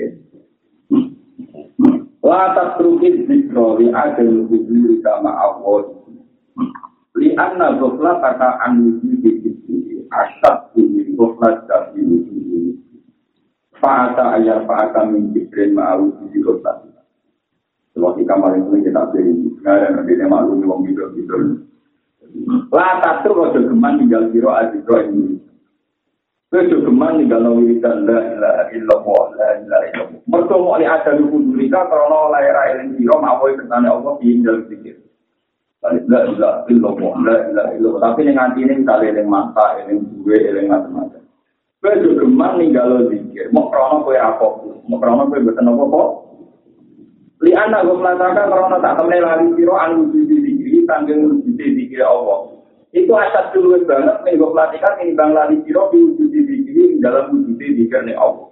[SPEAKER 2] la tasruki dzikra li adil huzuri kama awal li anna ghafla kata an wujudi asyad min ghaflat dari wujudi fa'ata ayat fa'ata min dzikrin ma'awujudi ghaflat. Kalau di kamar itu kita beri, nggak ada yang maklum wong gitu. Lata tuh kalau geman tinggal biro adikro ini. Kalau geman tinggal wiridan la ilaha illallah la ilaha illallah. Mereka mau lihat ada lugu durika karena lahir eling biro mau bertanya Allah tinggal pikir. La ilaha illallah la ilaha illallah. Tapi yang nanti ini kita eling mata, eling gue, eling macam-macam. Kalau geman tinggal pikir, mau karena kue apa? Mau karena kue bertanya apa? Liana gue melakukan karena tak temen lari biro anu diri tanggung diri Allah. Itu asal dulu banget nih gue pelatihan ini bang lari biro diwujud diri dalam wujud diri Allah.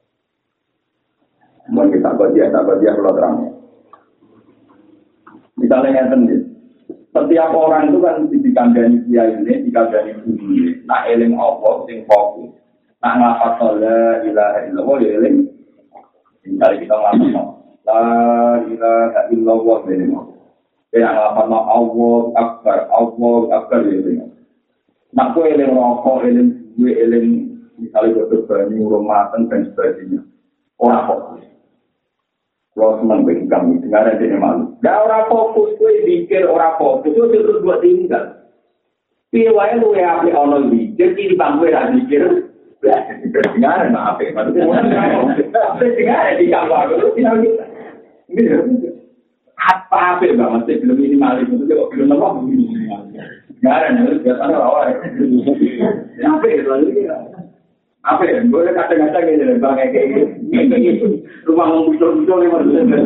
[SPEAKER 2] Mau kita baca kalau terangnya. Misalnya yang sendiri, setiap orang itu kan dikandani dia ini, dikandani bumi. Nak eling Allah, sing fokus. Nak ngapa sholat, ilaha illallah, eling. Tinggal kita ngapa la ilaha illallah benar. Yang apa Allah akbar ya. Nak kowe eling rokok, eling duwe, eling misalnya berbani rumah dan sebagainya. Ora fokus. Kalau senang bagi kami, dengar aja malu. Gak ora fokus, kowe pikir ora fokus, itu terus buat tinggal. Piye wae lu ya api ono iki, jadi di bangku ra mikir. Dengar maaf ya, maksudnya. Dengar di kamar itu tidak bisa. Ini apa banget sih film ini malah itu kok film apa ini nggak ada biasanya awal apa lagi apa boleh kata-kata gitu bang kayak gitu rumah muncul nih maksudnya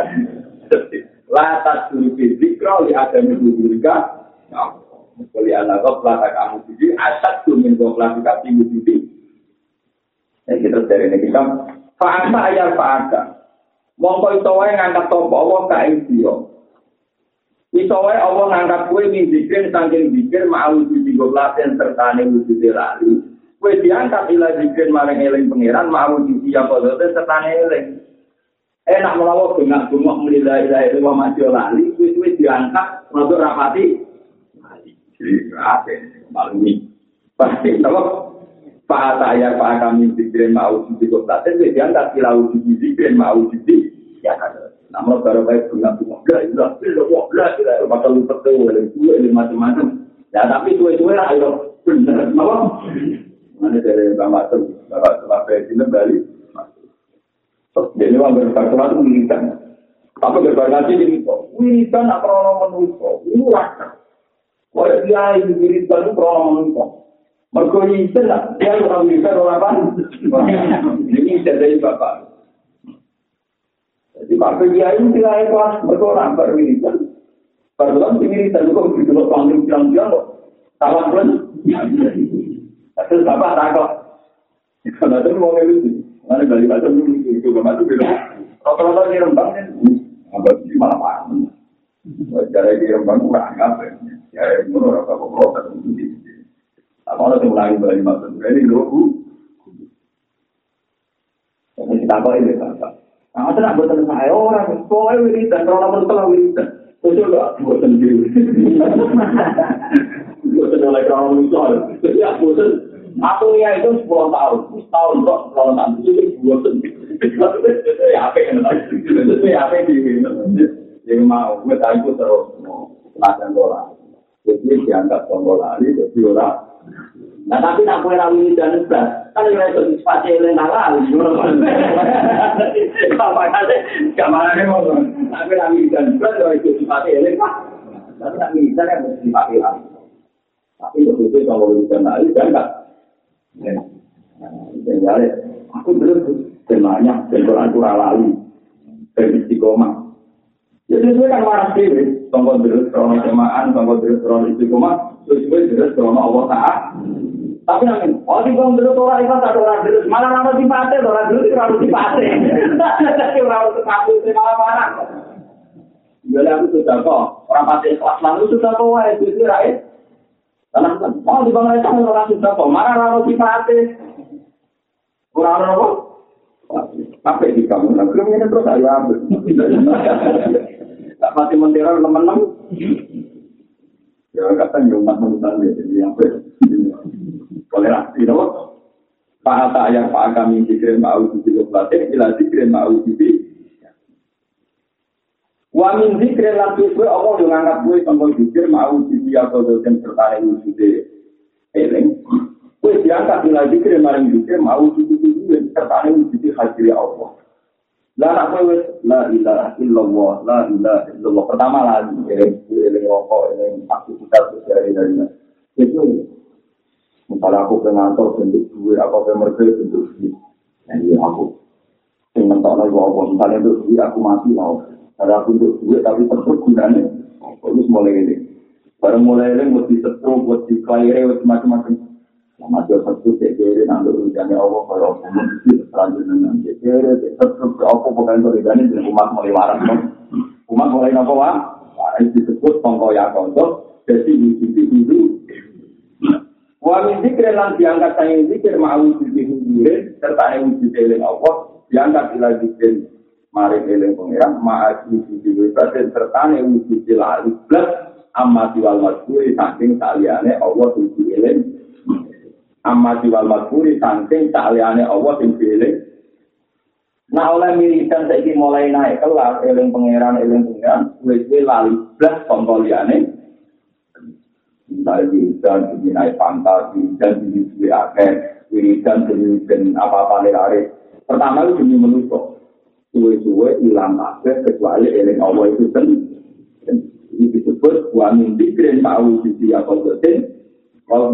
[SPEAKER 2] latas dulu zikro di ada minggu juga boleh anak kau pelata kamu jadi asal tuh minggu klasifikasi wujudi kita dari ini kita fa'asa ayat fa'asa mongko iso wae ngangkat sapa Allah ka ing dia. Iso wae Allah ngangkat kowe ning zikir saking zikir mau wujud goblaten sertane wujud lali. Kowe diangkat ila zikir marang eling pangeran mau wujud ya padha sertane eling. Enak melawa bengak-bengok mlila ilaha illallah mati lali, kowe diangkat rodok rapati. Jadi ate malumi. Pasti napa Pak saya Pak kami zikir mau wujud goblaten kowe diangkat ila wujud zikir mau wujud ya kan. Namun baru baik bunga-bunga lah, bakal tertuh oleh macam-macam. Ya tapi tuwe-tuwe lah, ayo benar, apa? Mana dari bapak sampai sini Bali. Jadi orang berkata itu militan. Apa berkata ini? Militan apa orang menusuk? Ini rasa. Kalau dia ini militan itu orang menusuk. Mereka militan lah, dia orang militan orang apa? Ini dari bapak. Jadi Pak Kiai itu tidak ikhlas, mereka orang berwiridan. Barusan wiridan itu kok begitu panggil bilang-bilang kok. Salah pun. Terus Bapak takut. Karena itu mau ngelusi. Karena dari baca dulu, itu Bapak itu bilang. Rata-rata di Rembang kan, agak di malam-malam. Cara di Rembang kurang apa ya. Ya, menurut Bapak itu. Apa orang yang mulai balik masuk. Ini dulu. Jadi kita tahu ini Bapak. Nah, saya nak bertemu saya orang, kau wiridan, kalau nomor setelah wiridan, terus juga buat sendiri. Buat oleh kalau misal, jadi aku Aku ya itu 10 tahun kok kalau nanti itu buat ya apa yang nanti itu ya apa di yang mau gue tahu terus semacam bola. Jadi dianggap bola jadi orang. Nah tapi nak kue rawi dan belas, kan yang itu sepatu yang halal, apa kali? Kamar ni mau, tapi rawi dan belas itu sepatu yang halal. Tapi tak bisa kan sepatu halal. Tapi begitu kalau rawi dan halal jangan. Jadi aku terus semuanya benturan lali dari istiqomah. Jadi saya kan waras sih, tongkol terus krono semaan, tongkol terus krono istiqomah, terus terus krono Allah Taala. Tapi namun, di bawah terus orang itu tak orang terus, malah orang simpati, orang terus itu orang simpati. Tapi orang terkaku itu malah marah. Jadi aku sudah kok, orang pasti kelas lalu sudah kok, itu rakyat. Karena di bawah itu orang sudah kok, marah orang simpati. Kurang apa? Apa di kamu? Nah, belum ini terus ayo ambil. Tak pasti menteror teman-teman. Ya katanya umat manusia jadi apa? Toleransi, no? Pak Ata yang Pak kami dikira mau dikira pelatih, bila dikira mau dikira. Wa min dikira lagi gue Allah yang angkat gue tentang dikira mau dikira atau dosen bertanya wujudnya eleng. Gue diangkat bila dikira maring dikira mau dikira bertanya wujudnya hadir Allah. Lah gue la ilaha illallah, la ilaha illallah. Pertama lagi eleng rokok, eleng aktivitas sehari harinya. Itu misalnya aku pengantor bentuk duit, aku pemerintah bentuk duit. Jadi aku ingin tahu lagi apa. Misalnya bentuk duit aku mati mau. Ada aku bentuk duit tapi tetap gunanya. Terus mulai ini. Barang mulai ini buat disetrum, buat dikelairi, buat macam-macam. Macam satu sekere nanti ujiannya Allah kalau umum itu selanjutnya nanti sekere setrum apa bukan ujiannya jadi umat mulai waras. Umat mulai apa wah? Itu disebut pengkoyak kontok. Jadi itu. Wa min dzikri lan diangkat sang zikir mau dihidurin serta wujud eling Allah diangkat ila zikir mari eling pangeran ma'ati dihidurin serta wujud lali plus amati wal mazkuri saking saliyane Allah wujud eling amati wal mazkuri saking saliyane Allah sing eling. Nah oleh militan saiki mulai naik kelas eling pangeran wis lali plus kontroliane. Misalnya dan naik fantasi dan diri akhir wiridan dan apa-apa lari. Pertama itu demi manusia. Suwe-suwe hilang kabeh kecuali eling Allah itu sendiri. Ini disebut wa min dzikrin ma'u sisi atau dosen. Wa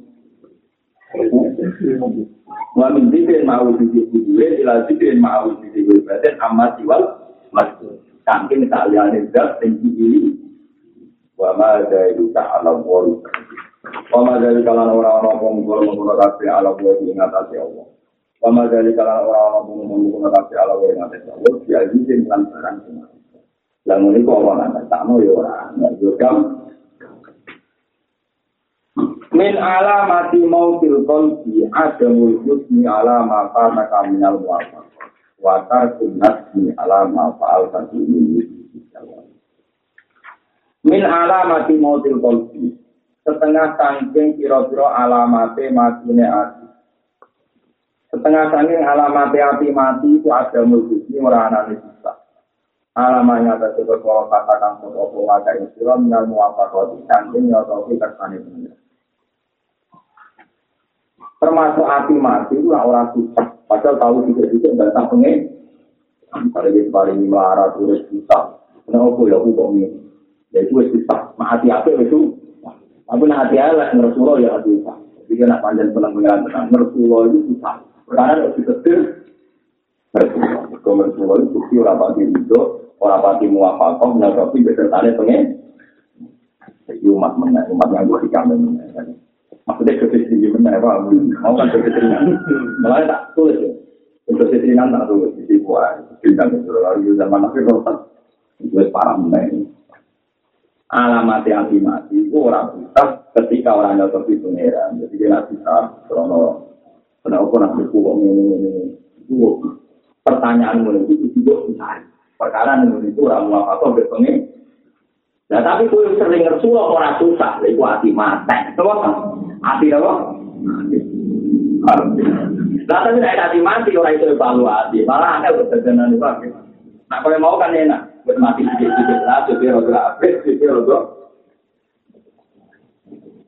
[SPEAKER 2] min dzikrin ma'u sisi kuduwe ila dzikrin ma'u sisi kuduwe amat diwal masuk. Saking saliyane zat sing iki wa ma dzalika 'ala Allah. Wa ma dzalika lan ora-ora mung kasih ala wa ing atase Allah. Wa ma dzalika lan ora-ora mung kasih ala wa ing atase Allah. Ya izin lan barang semua. Lan niku ora ana takno ya ora. Yo kam min alamati mautil qalbi adamul husni alamata kaminal wafat. Wa tarkun nasmi alama fa'al tadini. Min alamati mautil qalbi setengah sangking kira-kira alamate matine ati. Setengah sangking alamate ati mati itu ada mulkisi ora anane sisa. Alamanya tersebut kalau katakan apa wae istilah minal muwafaqati sangking ya tau kersane bener. Termasuk ati mati itu ora susah. Padahal tahu juga bantah pengen. Kalau dia paling melarat terus susah. Kenapa ya aku kok ini? Ya itu susah. Hati-hati itu. Tapi hati-hati Rasulullah ya susah. Jadi kena panjang penang-penang Rasulullah itu susah. Karena harus diketir. Rasulullah itu bukti orang pati itu. Orang pati muafakoh. Menanggapi besertanya pengen. Jadi umat yang gue dikamen. Maksudnya kesistri benar. Mau kan kesistri. Malah tak tulis ya. Kesistri tak tulis. Jadi buat. Kesistri itu zaman akhir rotan. Itu parah menang. Alamat yang mati itu orang bisa ketika orang yang tertipu pengeran. Jadi dia tidak bisa karena kenapa nak berkuah ini. Itu pertanyaan mulai itu juga bisa. Perkara itu orang mau apa berpengen. Nah tapi kalau sering Rasulullah orang susah, itu hati mati. Coba hati apa? Nah tapi tidak hati mati orang itu evaluasi. Malah ada berjalan juga. Nah kalau mau kan enak. Bermati sedikit lah, jadi roda upgrade, jadi roda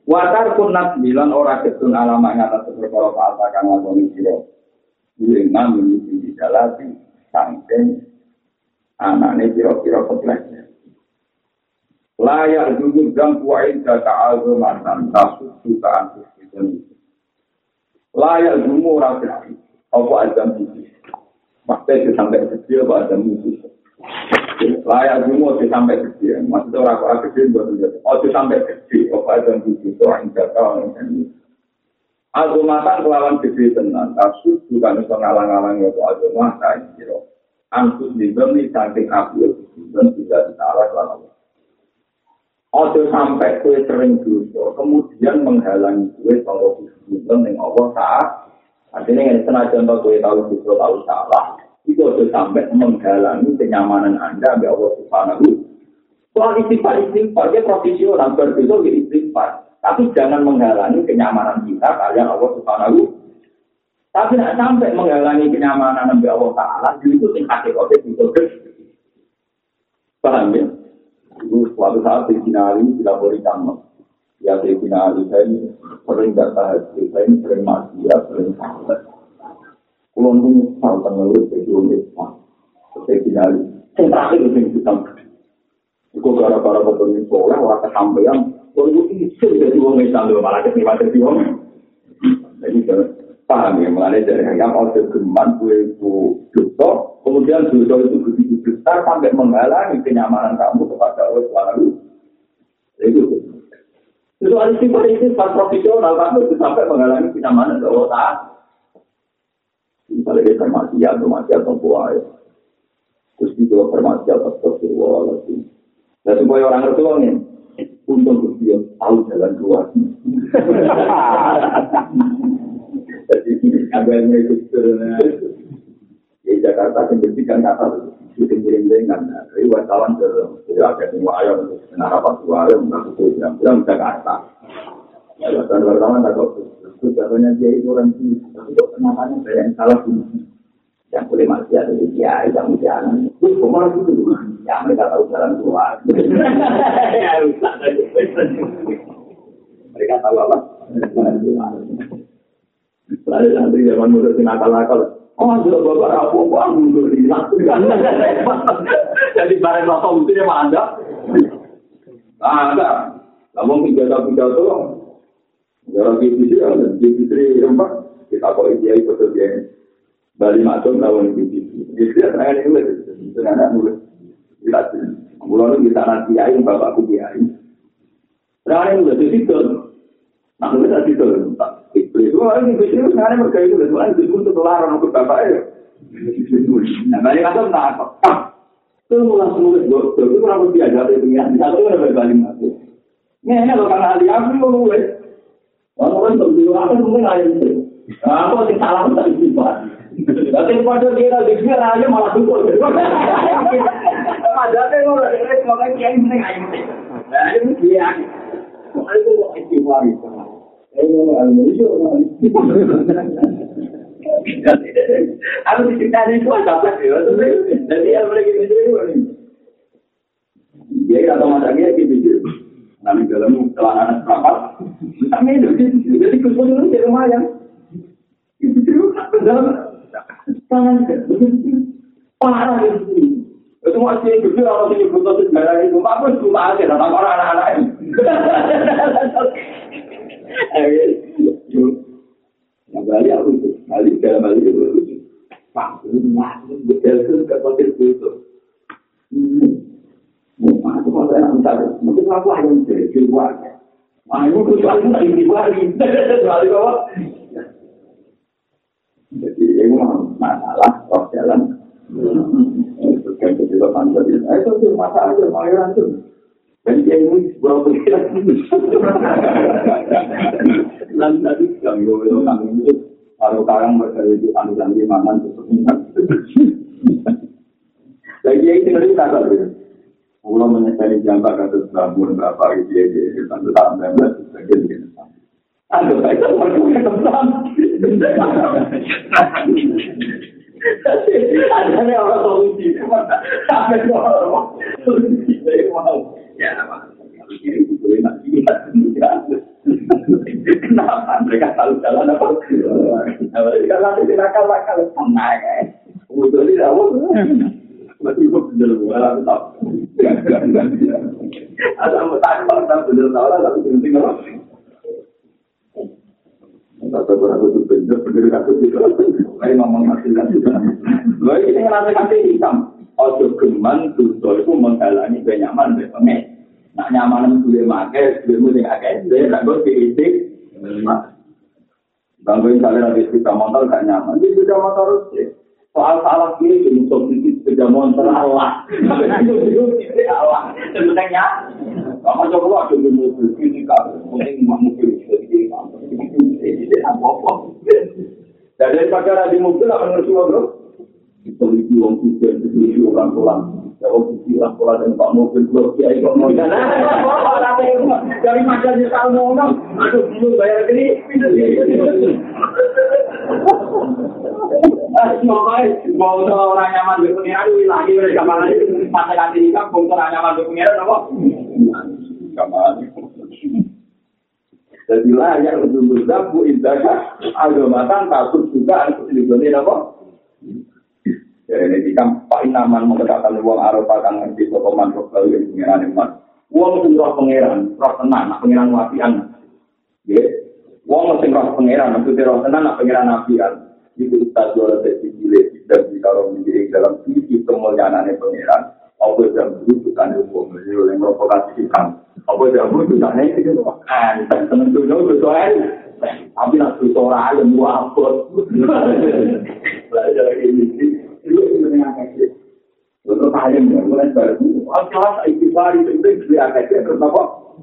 [SPEAKER 2] Watar pun bilang orang ketun alamat ngatas perkara falsa kang lakoni sira. Dengan menyisi dalati sangken anane pira-pira keplek. Layak duduk dan kuain data algamatan tasuk jutaan sistem. Layak dulu rakyat apa ada musuh. Maksudnya sampai kecil apa ada musuh. Layak dulu sampai kecil. Maksudnya orang kecil buat dia. Sampai kecil apa ada musuh orang data ini. Algamatan kelawan gede tenan tasuk bukan pengalang-alang yang ada masa ini. Angkus dibeli saking api dan tidak ditarik lalu. Ojo sampai kue sering dosa, kemudian menghalangi kue kalau disebutkan dengan Allah saat. Artinya yang senajan kue tahu dosa tahu salah, itu ojo sampai menghalangi kenyamanan Anda sampai Allah Subhanahu. Soal istighfar dia profesional berdosa dia istighfar, tapi jangan menghalangi kenyamanan kita kalian Allah Subhanahu. Tapi tidak sampai menghalangi kenyamanan sampai Allah Taala, itu tingkat itu paham ya? Itu suatu saat Sayyidina Ali dilapori tamu. Ya Sayyidina Ali saya ini sering tak tahajud, saya ini sering maksiat, sering salat. Kalau ini salah menurut Sayyidina Ali, saya terakhir itu yang kita itu gara-gara bertemu soleh, orang kesampaian, kalau itu isu dari orang Islam, malah ketimpa dari orang. Jadi paham ya, mengenai dari yang ada geman, itu dosa, kemudian dosa itu begitu besar sampai menghalangi kenyamanan kamu kepada Allah Subhanahu. Itu istighfar itu profesional, kamu itu sampai menghalangi kenyamanan Allah Taala. Misalnya kita maksiat atau buaya, terus juga bermaksiat atau berwala itu. Dan supaya orang bertuangnya, untuk dia tahu jalan keluar. Jadi agaknya itu di Jakarta membersihkan kata syuting dengan dari wartawan tidak ayo kenapa suara untuk Jakarta. Wartawan tak tahu sebenarnya dia itu orang untuk namanya yang salah yang boleh masih ada di dia yang jangan itu kemana dulu yang mereka tahu jalan keluar. Mereka tahu apa jalan keluar. Lalu nanti zaman muda nakal-nakal. Sudah bapak aku mundur di lakukan. Jadi barang langsung itu dia mana ada. Namun pidato orang BBC ada BBC rempak kita kok dia ikut dia Bali masuk lawan BBC. Dia terang ini dengan nulis. Kita mulai kita nanti ayo bapakku dia ini. Terang ini itu. Nah, kita itu itu orang itu sekarang berkait dengan orang itu untuk larang untuk bapak ya. Nah, mereka kan tak apa. Itu langsung itu orang biasa itu ya. Satu orang berbalik masuk. Ini kalau karena dia aku mau nulis. Orang itu juga mungkin ada itu. Aku sih salah tak istighfar. Tapi pada dia dikira aja malah syukur. Padahal orang itu semoga dia ini ayo. Nah, itu dia. Aku mau istighfar itu. Aku diceritain itu apa sih? Jadi yang mereka itu dia kata masanya gitu. Nanti dalam celana seprapat, kami itu jadi kumpul di rumah yang itu dalam tangan parah itu. Itu masih itu orang yang butuh sejarah itu, apa cuma aja datang orang anak-anak ini. Yang Bali aku itu, Bali dalam Bali itu, Pak, masih betul ke konten itu. Aku mau saya minta, mungkin aku hanya mencari keluarga. Aku kecuali lagi di Bali, Bali bawah. Jadi ini masalah kok jalan. Itu kan juga panjang. Itu masalah mayoran tuh. Dan dia ini berapa kira? Dan tadi kami itu kalau sekarang berkali di panjang di mana itu. Lagi itu tadi tak ada. Pulau menyesali jambak kasus bangun berapa dia tanda tanda sebagian. Ada baiklah mereka tentang. Ada orang solusi, sampai orang solusi. Wow, ya, kalau ini boleh nak lihat. bakal tenang ya. Betul tidak? Masih benar malah tak. Ada mutasi tak benar salah tapi penting apa? Atau berapa tu benar kata itu. Mari ngomong hasilnya sudah. Lalu kita ngerasa kasih hitam. Ojo geman dosa itu menghalangi kenyaman berpengen. Nak nyaman itu dia makai, dia mesti agak dia tak boleh diitik. Bangga misalnya ada sepeda motor gak nyaman, dia sepeda motor soal salah kiri untuk sepeda motor Allah. Itu Allah. Sebenarnya, kamu coba ada di mobil ini kan, mungkin mobil seperti ini apa? Dan daripada di mobil akan ngersuah bro. Kita beli uang hujan, beli orang pulang. Kalau beli orang pulang dan pak mobil blok kiai kok mau jalan. Dari masa dia tahu ngomong, aduh belum bayar ini. Mau orang nyaman berpengiran, lagi mereka malah masa ganti nikah, orang nyaman berpengiran apa? Kamar. Jadi layak untuk berzabu indahnya agamatan takut juga untuk dilindungi apa? Jadi kan Pak Inaman mengatakan uang Arafah kan ngerti sokoman rokal yang pengiran iman. Uang itu roh pengiran, roh tenang, nak pengiran wafian. Ya, uang itu roh pengiran, maksudnya roh tenang, nak pengiran wafian. Itu kita jual dari cilik dan ditaruh di dalam sisi kemuliaan pengiran. Apa yang bukan uang, yang provokasi kan. Apa yang bukan itu kan. Tentunya betul. Tapi nak suara yang muafot. Belajar ini. Itu dengan akses. Untuk kalian yang mulai baru, jelas istighfar itu di akses kenapa?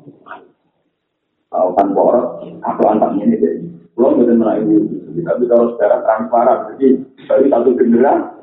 [SPEAKER 2] Kan boros, aku antarnya ini deh. Belum benar benar ini, tapi kalau secara transparan, jadi dari satu generasi.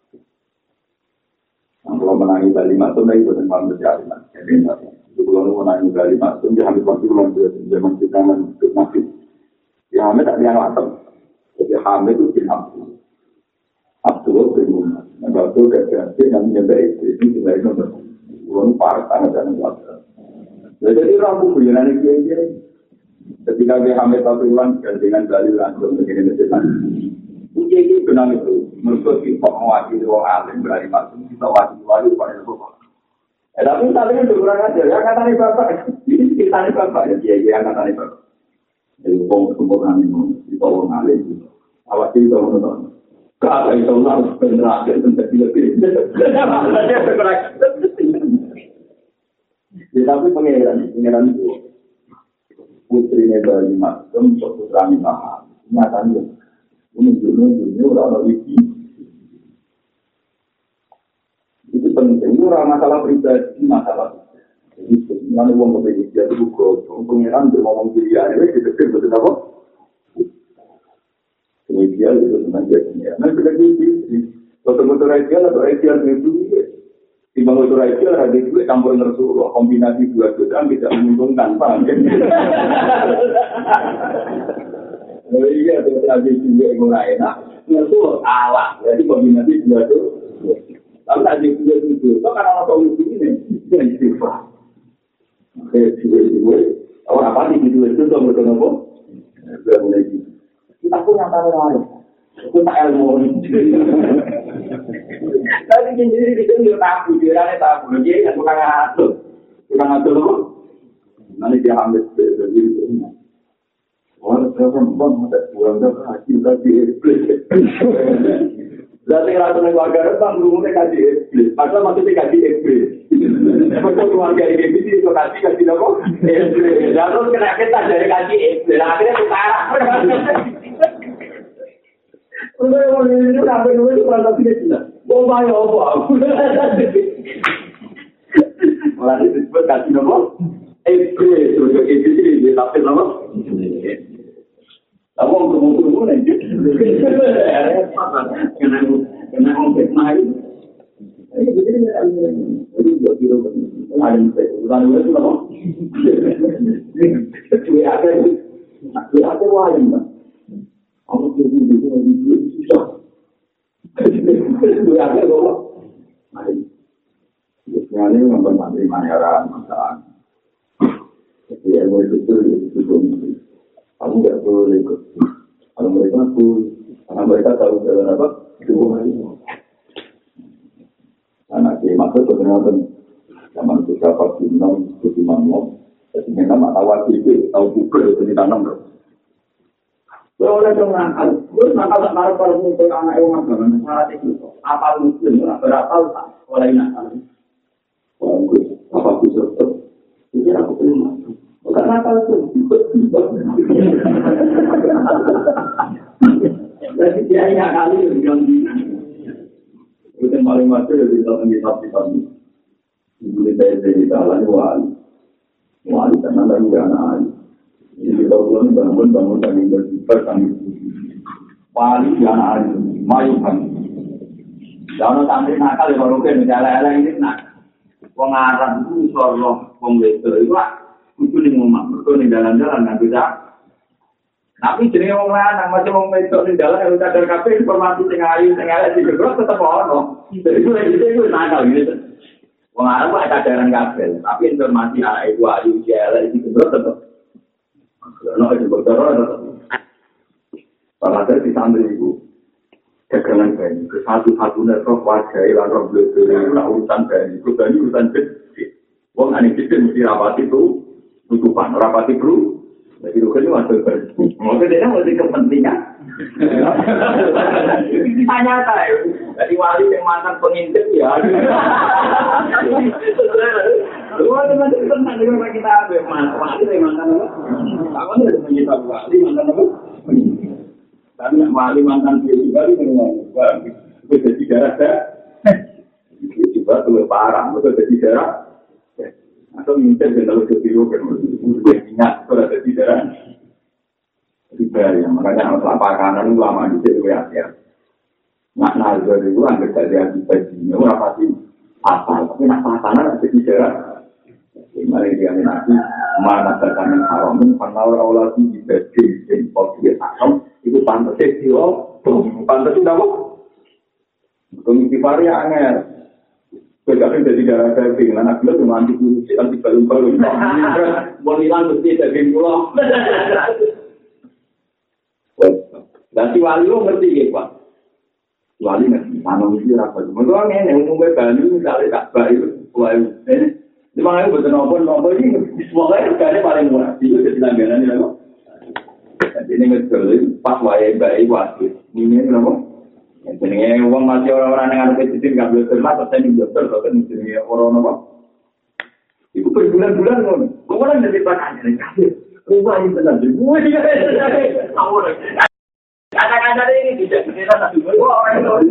[SPEAKER 2] Kalau menangi Bali Masum, itu benar benar berjalan. Jadi kalau menangi Bali Masum, dia hampir pasti belum zaman kita masih. Ya Hamid tak dia ngatam. Jadi Hamid itu dihampir. Abdul Berguna. Nah, Abdul Berguna namanya baik. Itu sebenarnya nomor. Uang partai dan wakil. Jadi ramu bulan ini. Ketika dia Hamid Abdulwan dengan dalil langsung begini mesin. Uji ini benar itu. Menurut kita mewakili orang alim berani masuk. Kita wakili pada bapak. Tapi tadi itu kurang ajar. Yang katanya bapak. Ini ceritanya bapak. Ya, yang katanya bapak. Jadi orang ini. Kita orang alim. Awak itu orang-orang. Kalau itu harus penerangkan tentang lebih. Tetapi pengeran itu putrinya Bali Masum untuk putra Mahal. Nyatanya menunjuk orang itu. Itu penting. Itu masalah pribadi, masalah. Jadi sebenarnya uang kebeli dia itu pengeran berngomong dia ini dipikir betul apa? Ideal itu tentang jadinya. Nah, sudah betul-betul ideal atau ideal itu timbang betul ideal ada juga campur ngersuruh kombinasi dua godaan tidak menguntungkan, paham kan? Oh iya, betul ada juga yang mulai enak. Ngersuruh alah, jadi kombinasi dua itu. Tapi ada juga itu, so karena orang tahu ini, yang istighfar. Orang apa sih itu so betul apa? Sudah mulai gitu. Aku nyata lain. Aku tak ilmu. Tapi jadi itu tabu, dia tabu. Dia kan bukan atur loh. Nanti dia ambil jadi itu. Orang perempuan ada kurang dah haji tadi iblis. Jadi rasa keluarga bang belum kaji iblis. Pasal maksudnya kaji iblis. Betul keluarga iblis itu kaji apa? Iblis. Lalu kena kita dari kaji iblis. Akhirnya setara. Udah ini sampai dulu itu kalau tidak jelas. Oh bayo apa? Malah disebut kasih nama iblis. Untuk iblis ini tapi nama. Kamu ngomong nanti. Kena ngomong main. Ini jadi buat kilo kan. Ada bukan itu nama. Cuy ada wajib. Kamu jadi itu susah. Cuy ada apa? Biasanya ini membantu masyarakat masalah. Jadi ilmu itu. Kamu nggak boleh ikut. Kalau mereka aku Karena mereka tahu jalan apa? Anak dia maksud sebenarnya zaman itu siapa Gunung, itu Mango. Jadi memang tahu itu, tahu Google itu ditanam terus. Kalau oleh dong nakal, terus nakal tak naruh kalau muncul anak yang agama salah itu. Apa muslim, berapa tak oleh nakal. Apa bisa terus? Jadi aku terima. Bukan nakal itu. Jadi dia ingat kali yang itu yang paling mati dari kitab-kitab ini. Ibu dari dalam wali karena lagi anak. Jadi kita ulang bangun kami berjumpa kami wali anak mayu kami. Jangan sampai nakal ya baru kan jalan-jalan ini nak. Pengarang itu sorloh pembetul itu kudu ning omah, kudu ning jalan-jalan nggak bisa. Tapi jenenge wong lanang macam wong wedok ning dalan harus sadar kabeh informasi sing ayu sing elek digebrok tetep ono. Itu nakal gitu. Wong Arab ada sadaran kabeh, tapi informasi anak itu ayu elek digebrok tetep. Ono itu bocor tetep. Padahal di santri itu dagangan bayi, ke satu-satunya roh wajah ilang roh beliau itu urusan bayi, itu bayi urusan kecil. Wong aneh kecil mesti rapati itu tutupan, rapati bro. Jadi itu kan masuk bayi. Maksudnya dia mesti kepentingan. Itu ditanya saya. Jadi wali yang mantan pengintip ya. Lu teman-teman tenang dengan kita wali yang mantan apa? Kamu ada menjadi wali mantan apa? Kami wali mantan pribadi dengan itu jadi darah juga tuh parah, betul jadi darah atau minta kalau ketiru kan ingat kalau jadi darah pribadi, makanya harus lapakan lama di situ ya. Nak nazar itu ambil dari baju orang pasti asal, tapi nak pasangan jadi darah. Mari dia nanti mana tekanan haramin panau Allah di baju yang posisi asam itu pantas sih, pantas itu apa? Komisi varia angel. Kemudian jadi darah daging, anak beliau cuma anti balung-balung. Bonilan mesti daging pulau. Dan si wali lo ngerti ya Pak. Wali ngerti, tanam itu apa? Mereka ini umumnya Bali misalnya tak baik, wali. Memang betul nopo ini semuanya harganya paling murah. Itu jadi langganan ya Pak. Jadi ini betul pas wali baik wasit. Ini kenapa? Jenenge wong masih orang-orang yang ada kecil nggak boleh terima, atau saya dokter, atau jenenge orang apa? Itu berbulan-bulan kan. Kau orang jadi pakai nih kasih. Rumah ini benar juga. Kata-kata ini tidak kita tak dulu orang itu.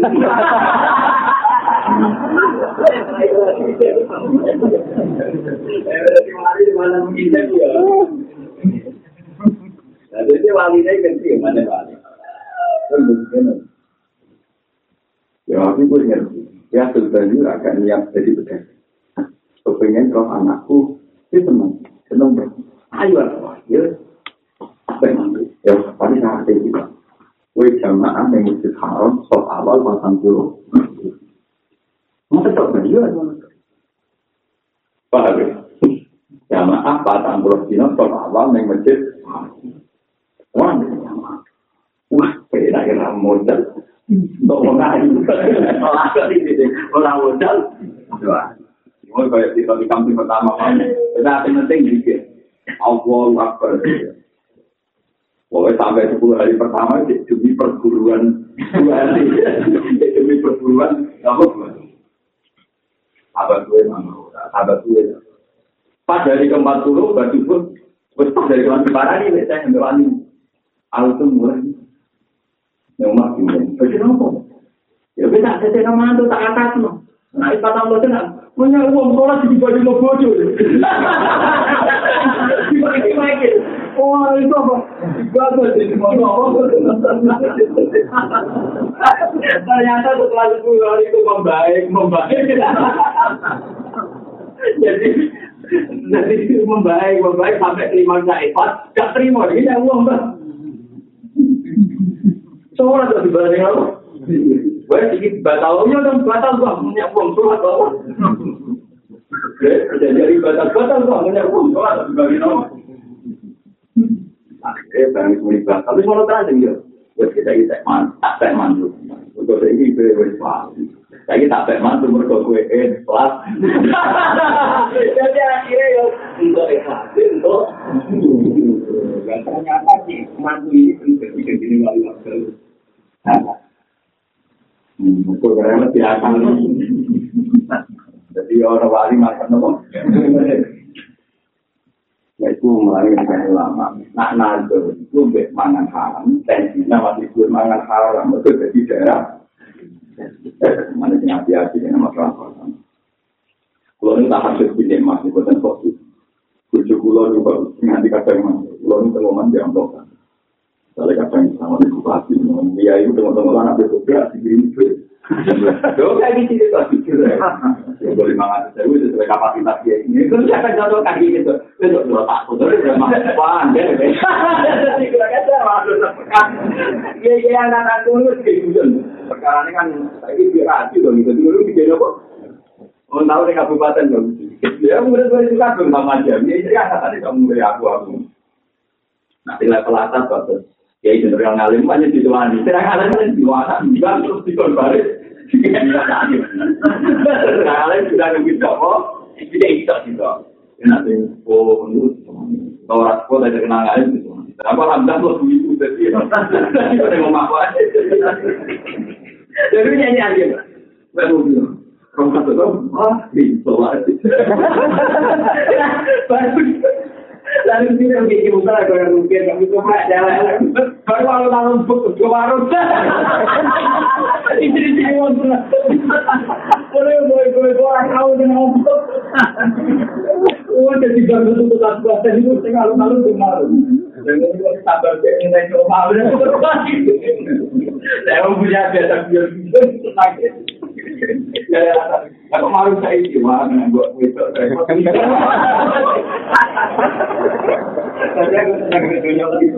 [SPEAKER 2] Wali di mana mungkin dia? Jadi wali ini kan sih mana wali? Ya, aku ngerti. Ya, sebenarnya akan niat jadi pedagang. Kepengen kalau anakku, itu senang banget. Ayo, ya. Apa yang nanti? Ya, paling ada juga. Wih, jamaah yang masjid haram, soal awal pasang dulu. Masa tak benar, paham ya? Jamaah pasang dulu, soal awal yang masjid haram. Wah, kira-kira modal. Orang lain, orang modal. Mulai kayak di kampung pertama, kita penting juga. Allahu Akbar. Pokoknya sampai 10 hari pertama demi perguruan 2 hari, demi perguruan apa? Abad gue. Pas dari ke-40 baju pun, pas dari ke-40 ini saya ngambil ani. Altum mulai. Yang makin kenapa? Ya bisa saya nama itu tak atas no. Nah itu kata Allah tenang. Punya uang sholat di baju lo bodoh. Dibagi. Oh itu apa? Ibadah jadi mana? Ternyata setelah 10 hari itu membaik. Jadi membaik sampai terima zakat. Gak terima ini uang bang. Sholat tidak dibanding apa? Wah, sedikit batalnya kan batal bang, punya uang sholat apa? Jadi batal bang, punya uang sholat dibanding apa? Akhirnya barang semuanya batal, tapi sholat aja ya. Wes kita tak mantu. Untuk ini wes pas. Saya tak mantu mergo kowe kelas. Jadi akhirnya yo untuk ikhlas untuk dan ternyata sih mantu ini penting jadi wali wakil. Betul karena biasa. Jadi orang wali makan apa? Yaitu mulai dari lama. Nak nazar itu mangan haram, tensinya masih ikut mangan haram, betul jadi daerah. Mana yang hati-hati dengan masalah haram. Kalau ini tak hasil pilih masih bukan fokus. Kucu kulo juga nanti kata yang masuk. Kulo ini teman yang dokan. Saya kata sama di bupati, dia itu teman-teman anak berkuda di Greenfield. Kayak gitu itu pikir ya. Boleh mangan saya itu sesuai kapasitas dia ini. Itu saya akan contoh kaki gitu. Besok dua takut terus makan deh. Jadi kira-kira masuk sepekan. Iya anak dulu gitu. Perkara ini kan saya kira gitu gitu. Dulu bikin apa? Oh tahu di kabupaten dong. Ya murid saya juga belum sama aja. Dia katanya kamu dari aku. Nanti level atas bagus. Ya itu yang ngalim banyak di tuan. Saya ngalim kan di luar. Juga terus dikorbanin. Ngalim sudah begitu kok. Tidak bisa juga. Nanti orang sekolah tidak kenal ngalim gitu. Apa alhamdulillah lo begitu jadi. Ada ngomong apa aja. Jadi nyanyi aja. Baru kalau kata itu, lalu dia bikin usaha kalau mungkin kami coba jalan. Baru lalu ke warung. Ini orang orang tahu dengan untuk. Oh jadi baru itu tak buat itu lalu kemarin. Dengan itu sabar kita coba. Saya punya biasa biar lagi. Kalau malu saya gimana buat itu? Saya akan dunia lagi.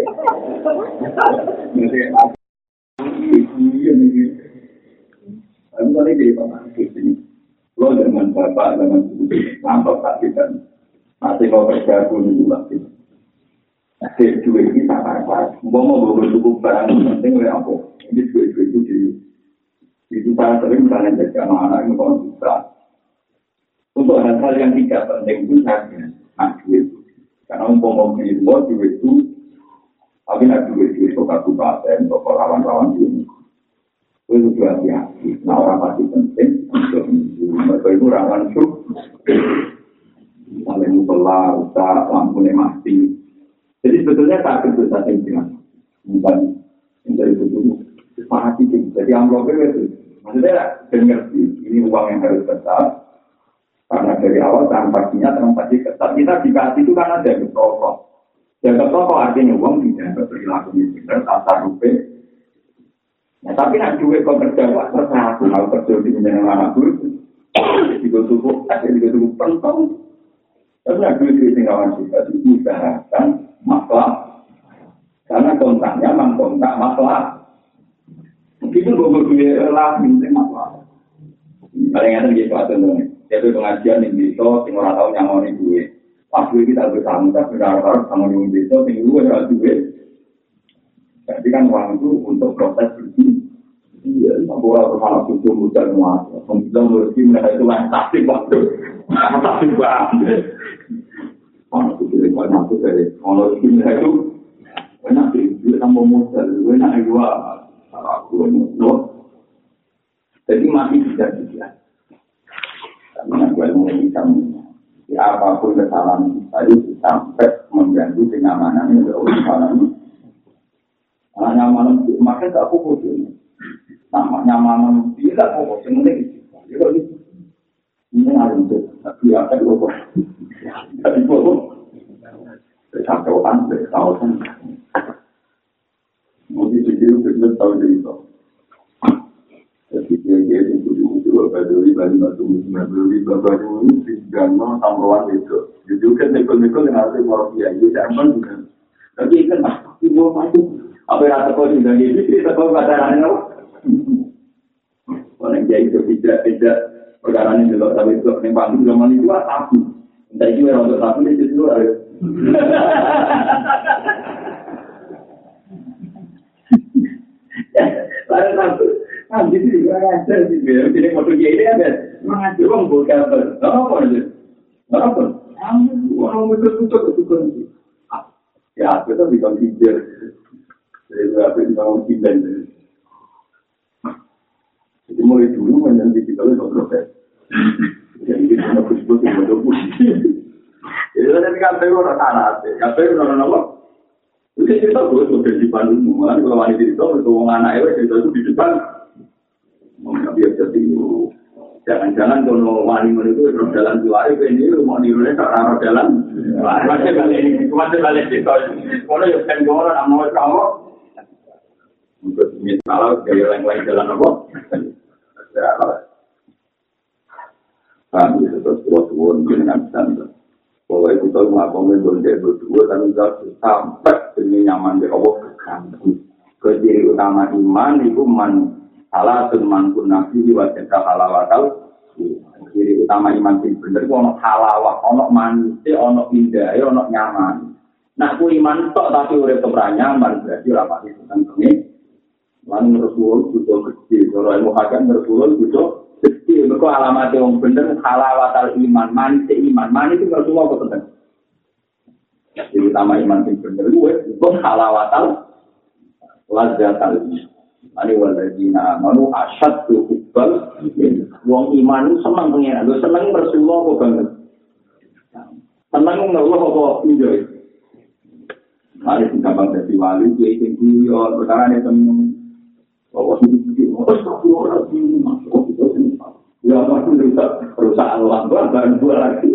[SPEAKER 2] Aku tadi di pemangku sini. Lo dengan bapak dengan nampak tak kita masih mau kerja pun lagi. Hasil duit kita apa? Mau cukup barang penting oleh apa? Ini duit itu itu saya sering misalnya jadi anak-anak yang mau bisa untuk hal-hal yang tidak penting itu saya duit karena mau beli duit itu tapi nak duit ke kabupaten atau lawan-lawan ini itu juga hati-hati. Nah orang pasti penting untuk mereka itu rawan syuk misalnya mupelah, rusak, lampunya mati. Jadi sebetulnya tak kerja saja yang misalnya dari itu sepahati jadi amplopnya itu maksudnya dengar ini uang yang harus besar karena dari awal transaksinya ketat. Kita dikasih itu kan ada toko. Jaga toko artinya uang tidak berperilaku benar tata rupiah. Nah tapi nak duit kau kerja buat terserah. Kalau kerja di mana pun, juga cukup pentong. Tapi nak duit tinggalan kita itu usahakan masalah karena kontaknya memang kontak masalah. Itu gue lah, mungkin masalah. Paling ada gitu atau nih. Jadi pengajian yang bisa, tinggal tahu nyaman gue. Pas gue kita bersama, benar-benar sama yang bisa, tinggal gue ada duit. Jadi kan uang itu untuk proses bersih. Iya, boleh bermalam susu muda muat. Kemudian bersih mereka itu lain taktik waktu. Taktik banget. Kalau itu pilih banyak tuh dari kalau bersih mereka itu banyak sih. Dia tambah modal, banyak juga. Aku jadi masih bisa juga. Karena gue mau kamu, apapun kesalahan kita itu sampai mengganggu kenyamanan itu urusan. Karena nyamanan makanya tak fokus ini. Nama nyamanan tidak fokus ini. Ini ada untuk tapi apa itu? Tapi fokus. Sampai orang tahu kan. Mungkin video kita tahu dari itu. Jadi dia itu juga pada balik batu beli baru ini jangan tambahan itu. Jadi kan nekol-nekol yang ada Morokia itu jangan bukan. Tapi kan ibu macam apa yang ada kau juga gitu kita kau pacarannya. Orang jadi itu tidak perkara ini juga tapi itu yang paling zaman itu apa? Entah itu yang untuk tapi itu ada. di sini ada di sini. Jadi waktu dia ini ada mengajar orang bukan apa aja. Apa? Orang itu kan. Ya, kita bisa pikir. Jadi berapa kita mau timbang. Jadi mulai dulu menjadi kita itu proses. Jadi kita harus betul betul posisi. Jadi ada kan orang tanah, kan orang apa? Itu cerita gue sudah di depan umum. Kalau wanita itu berhubung anak itu di depan. Mungkin biar jadi jangan-jangan kalau wanita itu terus jalan keluar ini mau nirunya karena jalan. Masih balik itu. Kalau yang kan orang mau kamu. Untuk misalnya dari lain-lain jalan apa? Kami terus turun dengan standar. Kalau itu tahu ngapain berdua, tapi sampai demi nyaman di Allah kekanku. Ciri utama iman itu salah man pun nabi diwajibkan halawatal. Ciri utama iman itu benar itu ono halawah, ono manis, ono indah, ono nyaman. Nak ku iman tok tapi urip ora nyaman berarti ora pati seneng. Lan Rasul butuh kecil, kalau ilmu hakim Rasul butuh kecil. Mereka alamat yang benar halawatal iman, manis iman. Manis itu Rasulullah apa benar? Jadi utama iman yang benar itu halawatal lazzatal iman. Ani waladina amanu asyaddu hubbal wong iman seneng pengen, seneng Rasulullah apa banget. Seneng Allah apa enjoy. Mari gampang dadi wali iki yo perkara ne temen. Bahwa hidup astagfirullahaladzim masuk itu ya masih rusak Allah dan dua lagi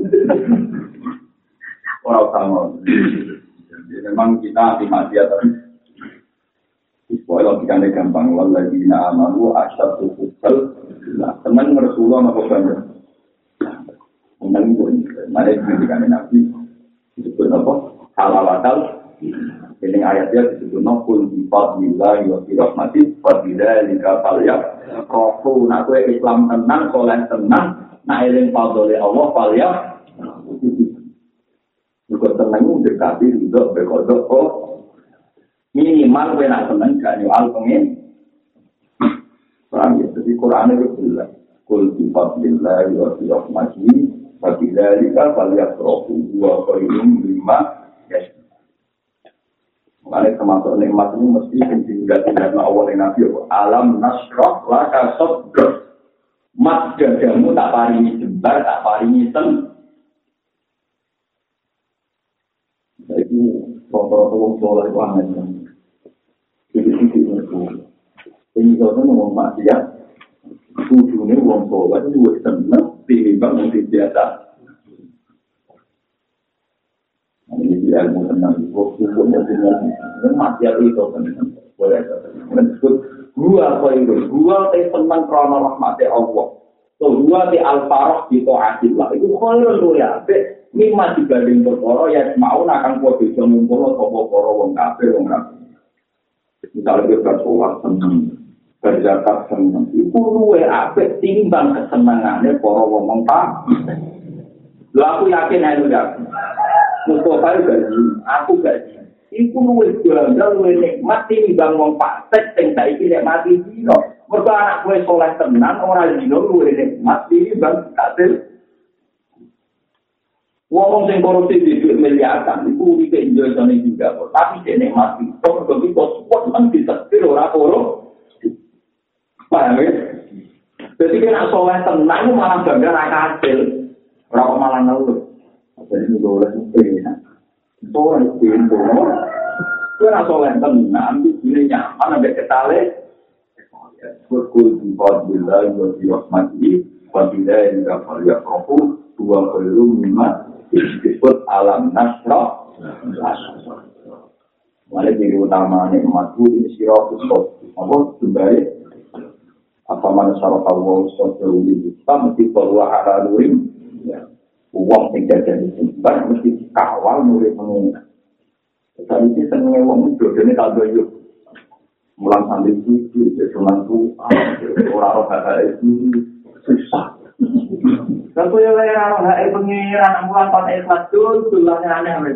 [SPEAKER 2] orang sama. Jadi memang kita hati-hati tapi kalau kita gampang waladina amanu asyaddu hubbal teman Rasulullah apa banyak menang mari kita nabi disebut apa halawatal. Ini ayatnya disebut naful bifadlillah wa birahmati fadzalika falyaf rafu nak kowe Islam tenang soleh tenang nak eling fadhole Allah falyaf juga tenang dekati juga berkodok kok minimal kowe nak tenang gak nyual pengen paham ya jadi Quran itu jelas kul bifadlillah wa birahmati fadzalika falyaf rafu wa khairum mimma makanya termasuk nikmat ini mesti tinggal awal yang Nabi alam nasroh laka sodros mat dadamu tak paringi jembar tak paringi sen jadi foto-foto wong soleh itu aneh jadi ini kalau ngomong maksiat tujuannya wong soleh itu juga senang timbang yang biasa. Ini ilmu tentang hukumnya dengan maksiat itu boleh disebut gua apa itu gua teman krono rahmati Allah so gua di al-farah di taatillah itu khairul luya mimma dibanding perkara ya mau akan kode ngumpul sapa para wong kafir wong kafir misalnya kita sholat seneng berzakat seneng itu luwe apik timbang kesenengane para wong kafir. Lha aku yakin ae ndak Mustafa gaji, aku gaji. Iku luwih janggal, luwih nikmat timbang wong fasik sing saiki nek mati dino. Mergo anak kowe soleh tenan ora dino luwih nikmat timbang kafir. Wong sing korupsi di miliaran iku iki enjoy-enjoy juga, tapi dene mati. Kok kok kok nang ditakdir ora korup. Paham ya? Jadi kena soleh tenan malah bangga ra kasil. Ora malah ngeluh. Jadi boleh ya. Boleh pintu. Kena soleh tenan ini nyaman ambek ketale. Berkul di fadillah wa bi rahmatihi wa billahi ghafar yaqfu wa khairum mimma disebut alam nasrah. Mulai dari utama nikmat ini siratus apa sebaik apa manusia Allah sallallahu alaihi wasallam mesti bahwa ada luring ya uang sing jajan itu kan mesti kawal murid mengenai tadi sih senenge wong dodone tak doyo mulang sambil itu cuman tuh orang-orang itu susah kan kowe ora ora hak pengiran mulang kon ikhlas dulane aneh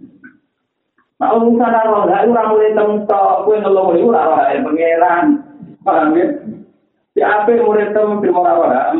[SPEAKER 2] nah urusan ora mulai temtok kowe ngeluh ora hak pengiran Paham ya? Si apa murid itu mungkin mau rawat?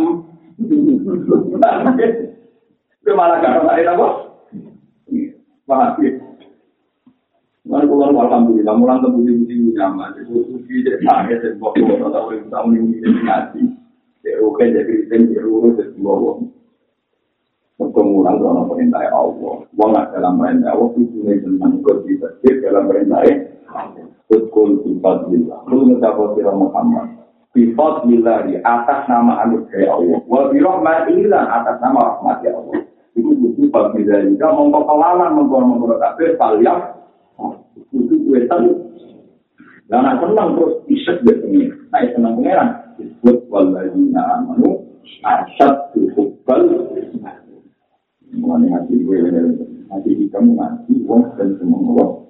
[SPEAKER 2] Itu malah gak ada apa? Paham ya? Mana pulang alhamdulillah, mulang ke budi-budi nyaman. Itu suci jadi sangat dan bokor atau orang tahun ini jadi ngaji. Oke jadi Kristen urus jadi bawah. Untuk mulang dalam perintah Allah. Wong dalam perintah Allah itu tentang konsisten dalam perintah Allah. Betul sifat billah. Lu mencapai sirah Muhammad. Sifat billah di atas nama anugerah Allah. Wa birahmatillah atas nama rahmat Allah. Itu sifat billah juga mengkepalawan mengkor kafir kalian. Itu wetan. Dan nak senang terus isek betulnya. Nah senang pengeran. Disebut walladzina amanu asyaddu hubbal. Mengenai hati gue, hati kamu nanti wong dan semua wong.